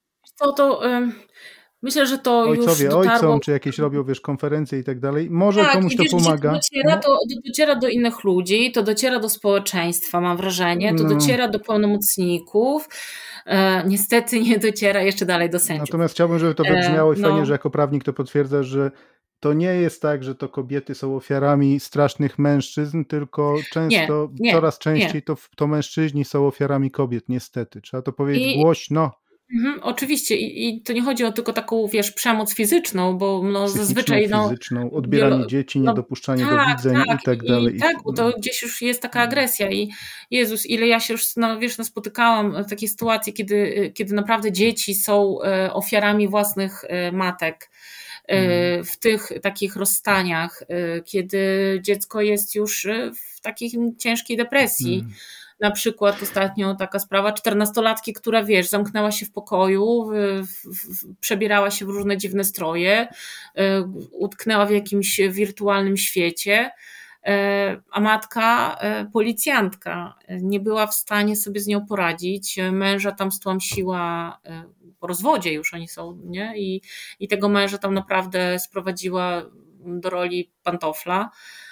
Myślę, że to Ojcowie już dotarło. ojcom, czy jakieś robią, wiesz, konferencje i tak dalej. Może Tak, komuś i to wiesz, pomaga. dociera do innych ludzi, to dociera do społeczeństwa, mam wrażenie, to dociera do pełnomocników. Niestety nie dociera jeszcze dalej do sędziów. Natomiast chciałbym, żeby to wybrzmiało i fajnie, że jako prawnik to potwierdzasz, że to nie jest tak, że to kobiety są ofiarami strasznych mężczyzn, tylko często, coraz częściej to mężczyźni są ofiarami kobiet, niestety. Trzeba to powiedzieć głośno. Oczywiście i to nie chodzi o tylko taką, wiesz, przemoc fizyczną, bo zazwyczaj fizyczną, odbieranie dzieci, niedopuszczanie do widzeń i tak dalej. Tak, bo to gdzieś już jest taka agresja i Jezus, ile ja się już spotykałam w takiej sytuacji, kiedy naprawdę dzieci są ofiarami własnych matek w tych takich rozstaniach, kiedy dziecko jest już w takiej ciężkiej depresji. Na przykład ostatnio taka sprawa 14-latki, która wiesz, zamknęła się w pokoju, przebierała się w różne dziwne stroje, utknęła w jakimś wirtualnym świecie, a matka, policjantka, nie była w stanie sobie z nią poradzić. Męża tam stłamsiła, po rozwodzie już oni są, nie? I tego męża tam naprawdę sprowadziła do roli pantofla.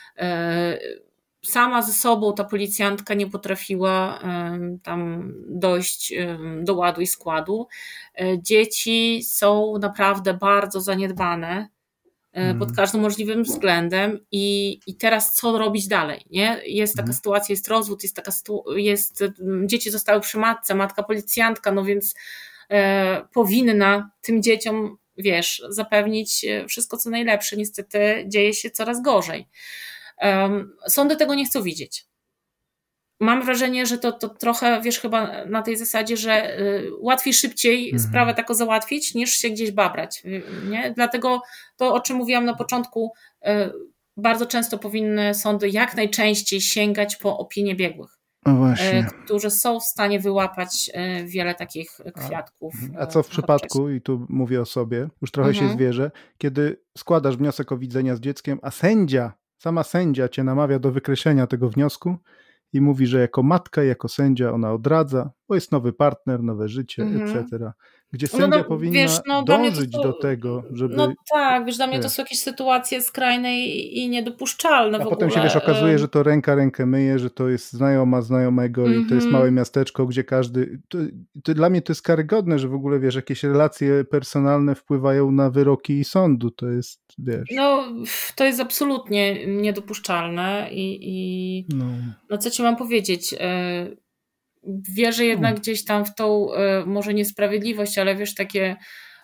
Sama ze sobą ta policjantka nie potrafiła tam dojść do ładu i składu. Dzieci są naprawdę bardzo zaniedbane pod każdym możliwym względem i teraz co robić dalej, nie? Jest taka sytuacja, jest rozwód, dzieci zostały przy matce, matka policjantka, no więc powinna tym dzieciom, wiesz, zapewnić wszystko co najlepsze. Niestety dzieje się coraz gorzej. Sądy tego nie chcą widzieć. Mam wrażenie, że to trochę, wiesz, chyba na tej zasadzie, że łatwiej, szybciej sprawę taką załatwić, niż się gdzieś babrać. Nie? Dlatego to, o czym mówiłam na początku, bardzo często powinny sądy jak najczęściej sięgać po opinie biegłych, którzy są w stanie wyłapać wiele takich kwiatków. A co w przypadku, i tu mówię o sobie, już trochę się zwierzę, kiedy składasz wniosek o widzenia z dzieckiem, a sama sędzia cię namawia do wykreślenia tego wniosku i mówi, że jako matka, jako sędzia ona odradza, bo jest nowy partner, nowe życie, etc. Gdzie sędzia powinna dążyć do tego, żeby... No tak, wiesz, dla mnie to są jakieś sytuacje skrajne i niedopuszczalne w ogóle. A potem się, wiesz, okazuje, że to ręka rękę myje, że to jest znajoma znajomego i to jest małe miasteczko, gdzie każdy... To dla mnie to jest karygodne, że w ogóle, wiesz, jakieś relacje personalne wpływają na wyroki sądu. To jest, wiesz... No, to jest absolutnie niedopuszczalne no co ci mam powiedzieć... Wierzę jednak gdzieś tam w tą może niesprawiedliwość, ale wiesz, takie...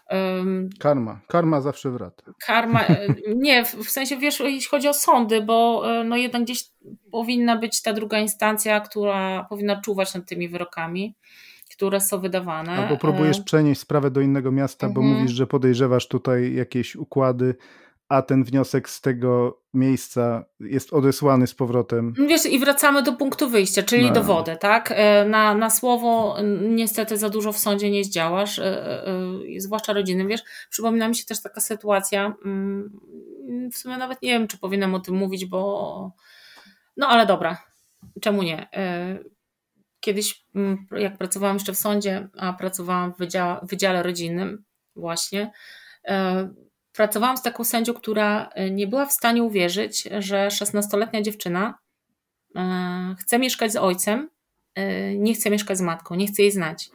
Karma zawsze wraca. Nie, w sensie wiesz, jeśli chodzi o sądy, bo no jednak gdzieś powinna być ta druga instancja, która powinna czuwać nad tymi wyrokami, które są wydawane. Albo próbujesz przenieść sprawę do innego miasta, bo mówisz, że podejrzewasz tutaj jakieś układy, a ten wniosek z tego miejsca jest odesłany z powrotem. Wiesz, i wracamy do punktu wyjścia, czyli dowody, tak? Na słowo niestety za dużo w sądzie nie zdziałasz, zwłaszcza rodzinnym, wiesz. Przypomina mi się też taka sytuacja, w sumie nawet nie wiem, czy powinnam o tym mówić, bo no ale dobra, czemu nie? Kiedyś, jak pracowałam jeszcze w sądzie, a pracowałam w wydziale rodzinnym właśnie, pracowałam z taką sędzią, która nie była w stanie uwierzyć, że 16-letnia dziewczyna chce mieszkać z ojcem, nie chce mieszkać z matką, nie chce jej znać.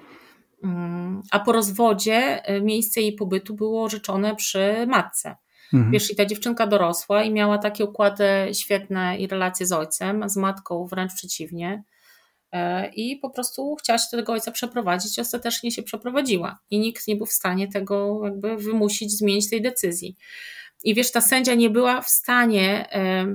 A po rozwodzie miejsce jej pobytu było orzeczone przy matce. Wiesz, i ta dziewczynka dorosła i miała takie układy świetne i relacje z ojcem, z matką wręcz przeciwnie. i po prostu chciała się do tego ojca przeprowadzić, ostatecznie się przeprowadziła i nikt nie był w stanie tego jakby wymusić, zmienić tej decyzji. I wiesz, ta sędzia nie była w stanie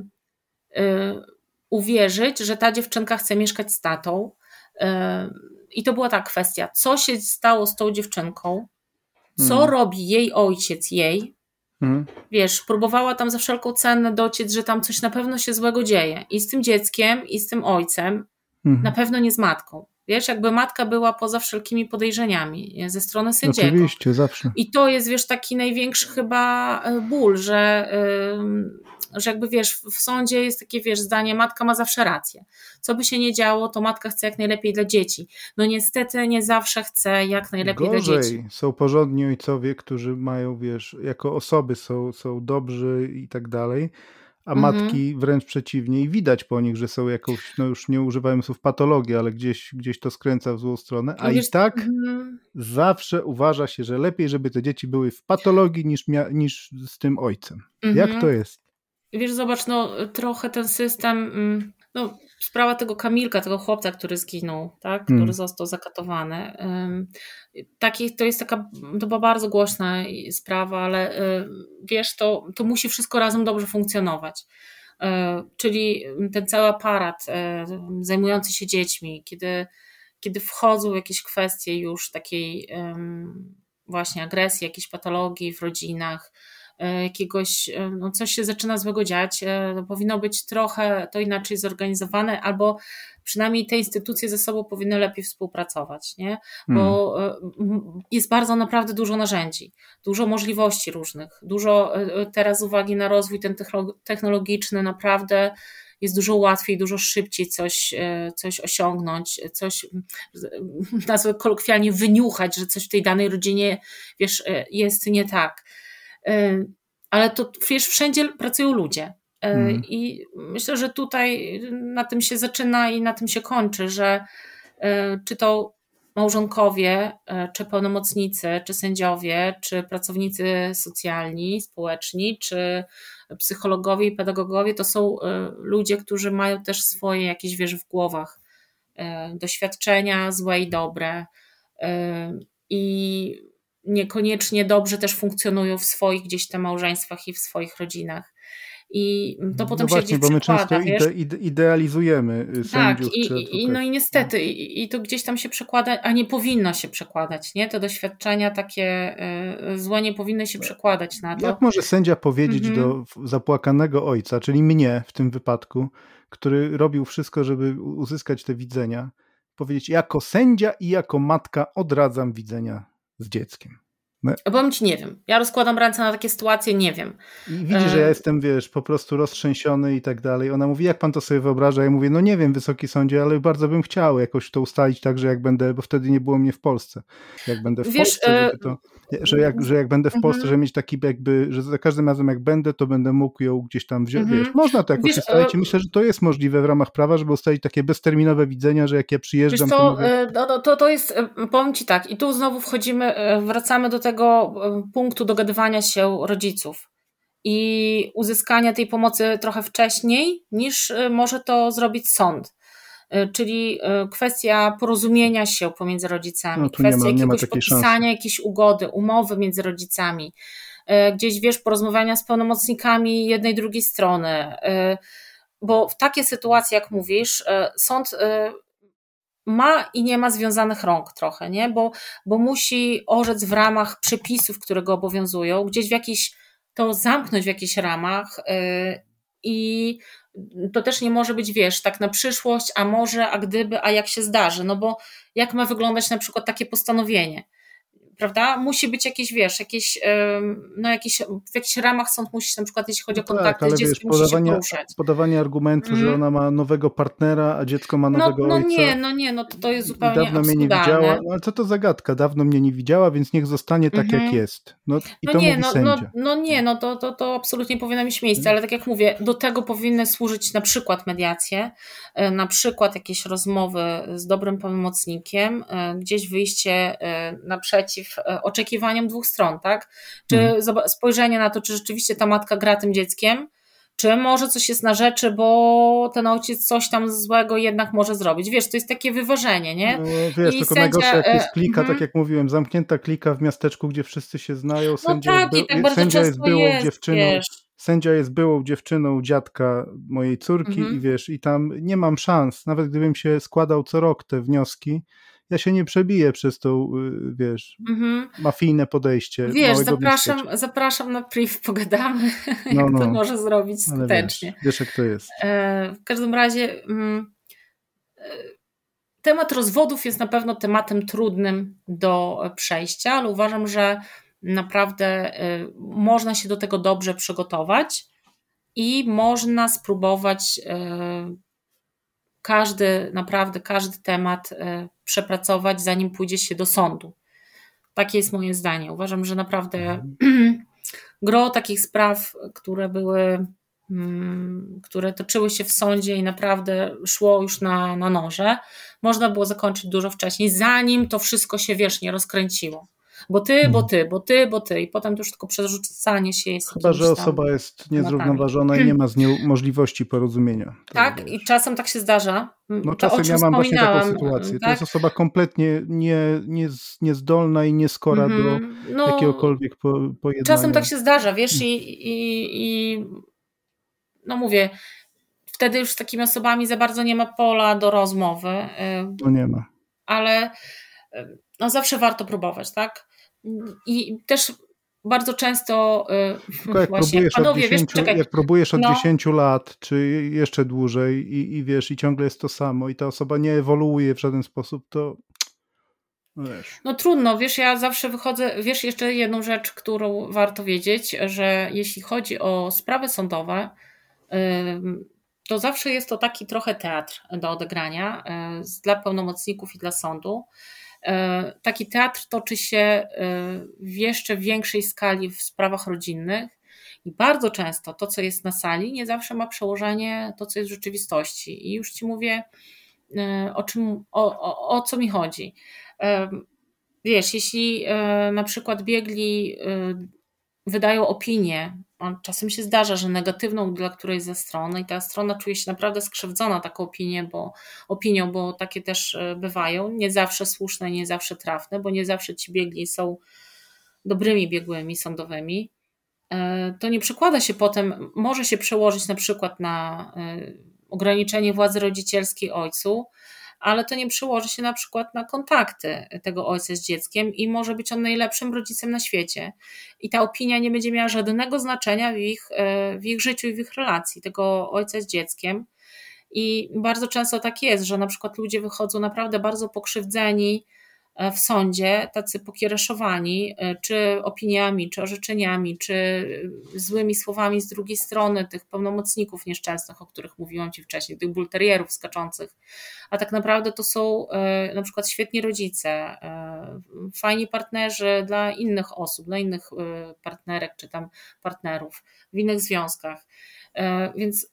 uwierzyć, że ta dziewczynka chce mieszkać z tatą. I to była ta kwestia, co się stało z tą dziewczynką, co robi jej ojciec jej. Wiesz, próbowała tam za wszelką cenę dociec, że tam coś na pewno się złego dzieje. I z tym dzieckiem, i z tym ojcem, na pewno nie z matką. Wiesz, jakby matka była poza wszelkimi podejrzeniami ze strony sędziego. Oczywiście, zawsze. I to jest, wiesz, taki największy chyba ból, że jakby, wiesz, w sądzie jest takie, wiesz, zdanie, matka ma zawsze rację. Co by się nie działo, to matka chce jak najlepiej dla dzieci. No niestety nie zawsze chce jak najlepiej dla dzieci. Są porządni ojcowie, którzy mają, wiesz, jako osoby są dobrzy i tak dalej, a matki wręcz przeciwnie i widać po nich, że są jakąś, no już nie używałem słów patologii, ale gdzieś to skręca w złą stronę, a i tak zawsze uważa się, że lepiej, żeby te dzieci były w patologii niż z tym ojcem. Jak to jest? Wiesz, zobacz, no trochę ten system, no sprawa tego Kamilka, tego chłopca, który zginął, tak, który został zakatowany. To była bardzo głośna sprawa, ale wiesz, to musi wszystko razem dobrze funkcjonować. Czyli ten cały aparat zajmujący się dziećmi, kiedy wchodzą jakieś kwestie już takiej właśnie agresji, jakiejś patologii w rodzinach, jakiegoś, no coś się zaczyna złego dziać, powinno być trochę to inaczej zorganizowane, albo przynajmniej te instytucje ze sobą powinny lepiej współpracować, nie? Bo jest bardzo naprawdę dużo narzędzi, dużo możliwości różnych, dużo teraz z uwagi na rozwój ten technologiczny naprawdę jest dużo łatwiej, dużo szybciej coś osiągnąć, coś nazwę kolokwialnie wyniuchać, że coś w tej danej rodzinie, wiesz, jest nie tak. Ale to, wiesz, wszędzie pracują ludzie. I myślę, że tutaj na tym się zaczyna i na tym się kończy, że czy to małżonkowie, czy pełnomocnicy, czy sędziowie, czy pracownicy socjalni, społeczni, czy psychologowie i pedagogowie, to są ludzie, którzy mają też swoje jakieś, wiesz, w głowach doświadczenia złe i dobre i niekoniecznie dobrze też funkcjonują w swoich gdzieś tam małżeństwach i w swoich rodzinach. I to potem się gdzieś bo my przekłada, często idealizujemy sędziów. No i niestety, i to gdzieś tam się przekłada, a nie powinno się przekładać, nie? Te doświadczenia takie złe nie powinny się przekładać na to. Jak może sędzia powiedzieć do zapłakanego ojca, czyli mnie w tym wypadku, który robił wszystko, żeby uzyskać te widzenia, powiedzieć, jako sędzia i jako matka odradzam widzenia z dzieckiem? Powiem ci, nie wiem. Ja rozkładam ręce na takie sytuacje, nie wiem. I widzi, że ja jestem, wiesz, po prostu roztrzęsiony i tak dalej. Ona mówi, jak pan to sobie wyobraża? Ja mówię, no nie wiem, wysoki sądzie, ale bardzo bym chciał jakoś to ustalić tak, że jak będę, bo wtedy nie było mnie w Polsce. Jak będę w Polsce, że jak będę w Polsce, żeby mieć taki jakby, że za każdym razem jak będę, to będę mógł ją gdzieś tam wziąć. Wiesz, można to jakoś ustalić i myślę, że to jest możliwe w ramach prawa, żeby ustalić takie bezterminowe widzenia, że jak ja przyjeżdżam, to jest, powiem ci tak, i tu znowu wracamy do tego punktu dogadywania się rodziców i uzyskania tej pomocy trochę wcześniej, niż może to zrobić sąd. Czyli kwestia porozumienia się pomiędzy rodzicami, kwestia jakiegoś podpisania jakiejś ugody, umowy między rodzicami, gdzieś, wiesz, porozmawiania z pełnomocnikami jednej, drugiej strony, bo w takie sytuacje, jak mówisz, sąd ma i nie ma związanych rąk trochę, nie? Bo musi orzec w ramach przepisów, które go obowiązują, gdzieś to zamknąć w jakichś ramach i to też nie może być, wiesz, tak na przyszłość, a może, a gdyby, a jak się zdarzy, no bo jak ma wyglądać na przykład takie postanowienie, prawda? Musi być jakieś, wiesz, w jakichś ramach sąd musi na przykład, jeśli chodzi o kontakty z dzieckiem, musi się poruszać. Podawanie argumentu, że ona ma nowego partnera, a dziecko ma nowego ojca. To jest zupełnie dawno mnie nie widziała, ale co to za gadka? Dawno mnie nie widziała, więc niech zostanie tak, jak jest. To absolutnie powinno mieć miejsce, ale tak jak mówię, do tego powinny służyć na przykład mediacje, na przykład jakieś rozmowy z dobrym pełnomocnikiem, gdzieś wyjście naprzeciw oczekiwaniom dwóch stron, tak? Czy spojrzenie na to, czy rzeczywiście ta matka gra tym dzieckiem, czy może coś jest na rzeczy, bo ten ojciec coś tam złego jednak może zrobić. Wiesz, to jest takie wyważenie, nie? No, wiesz, I tylko sędzia... najgorsze jak jest klika, tak jak mówiłem, zamknięta klika w miasteczku, gdzie wszyscy się znają, No tak, i tak bardzo często jest, wiesz. sędzia jest byłą dziewczyną dziadka mojej córki i wiesz, i tam nie mam szans, nawet gdybym się składał co rok te wnioski, ja się nie przebiję przez to, wiesz, mafijne podejście wiesz, małego miasteczka. zapraszam na priv, pogadamy, No, jak to no, może zrobić ale skutecznie. wiesz jak to jest. W każdym razie temat rozwodów jest na pewno tematem trudnym do przejścia, ale uważam, że naprawdę można się do tego dobrze przygotować i można spróbować naprawdę każdy temat przepracować, zanim pójdzie się do sądu. Takie jest moje zdanie. Uważam, że naprawdę gro takich spraw, które toczyły się w sądzie i naprawdę szło już na noże, można było zakończyć dużo wcześniej, zanim to wszystko się, wiesz, nie rozkręciło. Bo ty i potem to już tylko przerzucanie się jest. Chyba że osoba jest niezrównoważona i nie ma z nią możliwości porozumienia. Tak, i czasem tak się zdarza. No czasem ja mam właśnie taką sytuację. Tak? To jest osoba kompletnie niezdolna i nieskora do jakiegokolwiek pojednania. Czasem tak się zdarza, wiesz, i no mówię, wtedy już z takimi osobami za bardzo nie ma pola do rozmowy. No nie ma. Ale no zawsze warto próbować, tak? I też bardzo często tylko jak próbujesz od 10 lat, czy jeszcze dłużej i wiesz, i ciągle jest to samo i ta osoba nie ewoluuje w żaden sposób, to wiesz. No trudno, wiesz, ja zawsze wychodzę, wiesz, jeszcze jedną rzecz, którą warto wiedzieć, że jeśli chodzi o sprawy sądowe, to zawsze jest to taki trochę teatr do odegrania dla pełnomocników i dla sądu. Taki teatr toczy się w jeszcze większej skali w sprawach rodzinnych i bardzo często to, co jest na sali, nie zawsze ma przełożenie to, co jest w rzeczywistości. I już ci mówię, o co mi chodzi. Wiesz, jeśli na przykład biegli wydają opinię, a czasem się zdarza, że negatywną dla którejś ze stron i ta strona czuje się naprawdę skrzywdzona taką opinią, bo takie też bywają, nie zawsze słuszne, nie zawsze trafne, bo nie zawsze ci biegli są dobrymi biegłymi sądowymi, to nie przekłada się potem, może się przełożyć na przykład na ograniczenie władzy rodzicielskiej ojcu, ale to nie przełoży się na przykład na kontakty tego ojca z dzieckiem i może być on najlepszym rodzicem na świecie. I ta opinia nie będzie miała żadnego znaczenia w ich życiu i w ich relacji, tego ojca z dzieckiem. I bardzo często tak jest, że na przykład ludzie wychodzą naprawdę bardzo pokrzywdzeni w sądzie, tacy pokiereszowani, czy opiniami, czy orzeczeniami, czy złymi słowami z drugiej strony tych pełnomocników nieszczęsnych, o których mówiłam ci wcześniej, tych bulterierów skaczących, a tak naprawdę to są na przykład świetni rodzice, fajni partnerzy dla innych osób, dla innych partnerek, czy tam partnerów w innych związkach, więc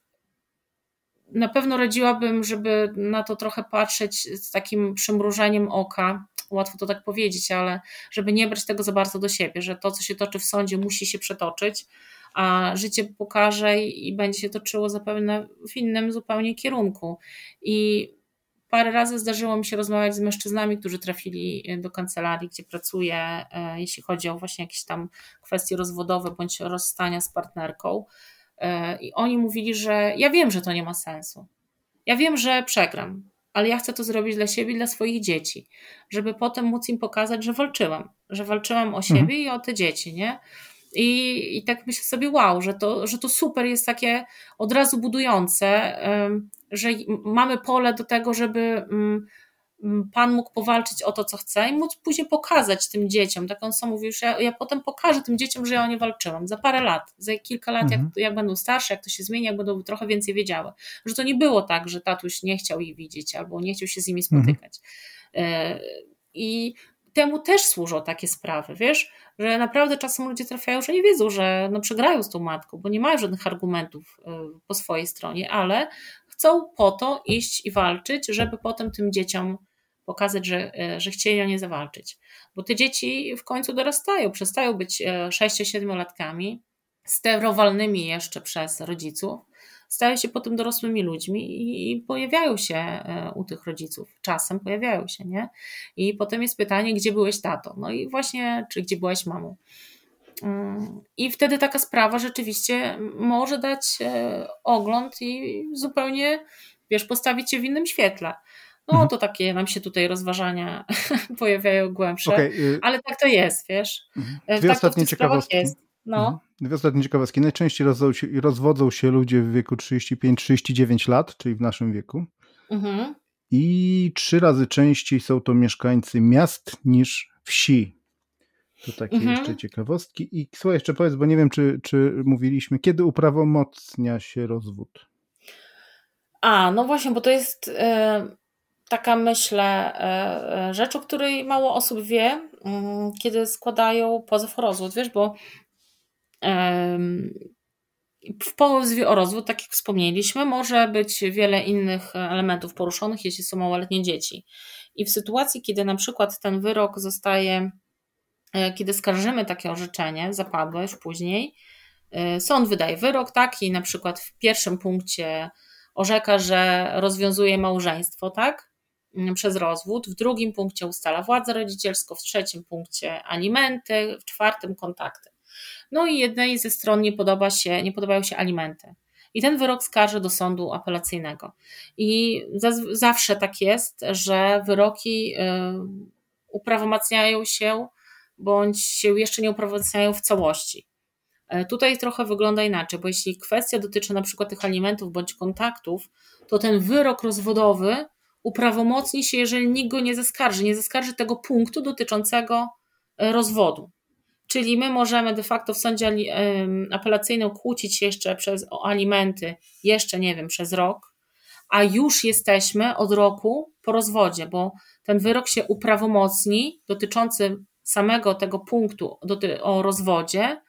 na pewno radziłabym, żeby na to trochę patrzeć z takim przymrużeniem oka, łatwo to tak powiedzieć, ale żeby nie brać tego za bardzo do siebie, że to, co się toczy w sądzie, musi się przetoczyć, a życie pokaże i będzie się toczyło zapewne w innym zupełnie kierunku. I parę razy zdarzyło mi się rozmawiać z mężczyznami, którzy trafili do kancelarii, gdzie pracuję, jeśli chodzi o właśnie jakieś tam kwestie rozwodowe bądź rozstania z partnerką. I oni mówili, że ja wiem, że to nie ma sensu. Ja wiem, że przegram, ale ja chcę to zrobić dla siebie i dla swoich dzieci, żeby potem móc im pokazać, że walczyłam o siebie i o te dzieci, nie? I tak myślę sobie, wow, że to super jest takie od razu budujące, że mamy pole do tego, żeby Pan mógł powalczyć o to, co chce i móc później pokazać tym dzieciom. Tak on sam mówił, że ja potem pokażę tym dzieciom, że ja o nie walczyłam. Za parę lat, za kilka lat, jak będą starsze, jak to się zmieni, jak będą trochę więcej wiedziały. Że to nie było tak, że tatuś nie chciał ich widzieć albo nie chciał się z nimi spotykać. I temu też służą takie sprawy, wiesz, że naprawdę czasem ludzie trafiają, że nie wiedzą, że no przegrają z tą matką, bo nie mają żadnych argumentów po swojej stronie, ale chcą po to iść i walczyć, żeby potem tym dzieciom pokazać, że chcieli o nie zawalczyć. Bo te dzieci w końcu dorastają, przestają być 6-7-latkami, sterowalnymi jeszcze przez rodziców, stają się potem dorosłymi ludźmi i pojawiają się u tych rodziców. Czasem pojawiają się, nie? I potem jest pytanie, gdzie byłeś, tato? No i właśnie, czy gdzie byłaś, mamą? I wtedy taka sprawa rzeczywiście może dać ogląd i zupełnie, postawić się w innym świetle. No to takie nam się tutaj rozważania pojawiają głębsze, ale tak to jest, wiesz. Dwie ostatnie ciekawostki. Jest. No. Dwie ostatnie ciekawostki. Najczęściej rozwodzą się ludzie w wieku 35-39 lat, czyli w naszym wieku. I 3 razy częściej są to mieszkańcy miast niż wsi. To takie jeszcze ciekawostki. I słuchaj, jeszcze powiedz, bo nie wiem, czy mówiliśmy, kiedy uprawomocnia się rozwód? No właśnie, bo to jest taka, myślę, rzecz, o której mało osób wie, kiedy składają pozew o rozwód, wiesz, bo w pozwie o rozwód, tak jak wspomnieliśmy, może być wiele innych elementów poruszonych, jeśli są małoletnie dzieci. I w sytuacji, kiedy na przykład ten wyrok zostaje, kiedy skarżymy takie orzeczenie zapadłe już później, sąd wydaje wyrok taki, na przykład w pierwszym punkcie orzeka, że rozwiązuje małżeństwo, tak? Przez rozwód, w drugim punkcie ustala władzę rodzicielską, w trzecim punkcie alimenty, w czwartym kontakty. No i jednej ze stron nie podobają się alimenty. I ten wyrok skarży do sądu apelacyjnego. I zawsze tak jest, że wyroki uprawomacniają się, bądź się jeszcze nie uprawomacniają w całości. Tutaj trochę wygląda inaczej, bo jeśli kwestia dotyczy na przykład tych alimentów bądź kontaktów, to ten wyrok rozwodowy uprawomocni się, jeżeli nikt go nie zaskarży tego punktu dotyczącego rozwodu. Czyli my możemy de facto w sądzie apelacyjnym kłócić się jeszcze o alimenty, jeszcze nie wiem, przez rok, a już jesteśmy od roku po rozwodzie, bo ten wyrok się uprawomocni dotyczący samego tego punktu o rozwodzie,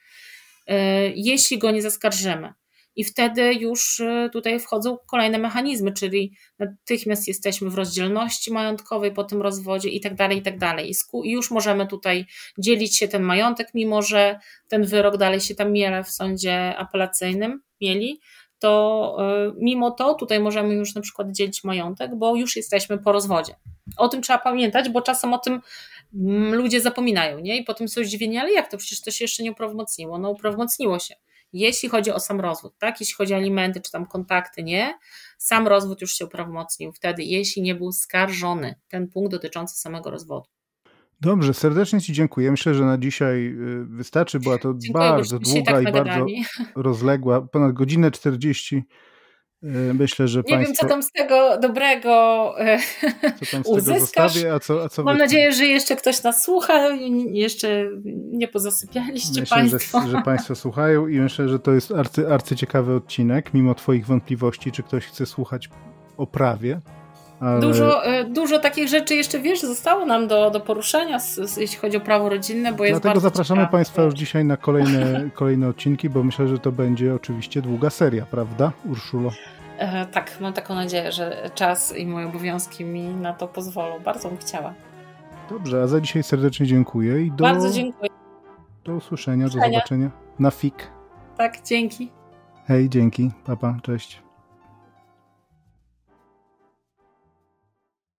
jeśli go nie zaskarżymy. I wtedy już tutaj wchodzą kolejne mechanizmy, czyli natychmiast jesteśmy w rozdzielności majątkowej po tym rozwodzie i tak dalej, i tak dalej. I już możemy tutaj dzielić się ten majątek, mimo że ten wyrok dalej się tam miele w sądzie apelacyjnym mieli, to mimo to tutaj możemy już na przykład dzielić majątek, bo już jesteśmy po rozwodzie. O tym trzeba pamiętać, bo czasem o tym ludzie zapominają, nie? I potem są zdziwieni, ale jak to? Przecież to się jeszcze nie uprawomocniło. No uprawomocniło się. Jeśli chodzi o sam rozwód, tak? Jeśli chodzi o alimenty czy tam kontakty, nie. Sam rozwód już się uprawomocnił wtedy, jeśli nie był skarżony ten punkt dotyczący samego rozwodu. Dobrze, serdecznie Ci dziękuję. Myślę, że na dzisiaj wystarczy. Była to bardzo długa i bardzo rozległa, ponad godzinę 40. Myślę, że nie wiem, co tam z tego dobrego uzyskasz. Co Mam nadzieję, że jeszcze ktoś nas słucha, jeszcze nie pozasypialiście Państwo. Myślę, że Państwo słuchają i myślę, że to jest arcyciekawy odcinek, mimo Twoich wątpliwości, czy ktoś chce słuchać o prawie. Ale... Dużo takich rzeczy jeszcze, zostało nam do poruszenia, jeśli chodzi o prawo rodzinne, bo jest Dlatego bardzo zapraszamy ciekawe. Państwa już dzisiaj na kolejne odcinki, bo myślę, że to będzie oczywiście długa seria, prawda, Urszulo? Tak, mam taką nadzieję, że czas i moje obowiązki mi na to pozwolą. Bardzo bym chciała. Dobrze, a za dzisiaj serdecznie dziękuję i bardzo dziękuję. Do usłyszenia, do zobaczenia na FIK. Tak, dzięki. Hej, dzięki, papa, cześć.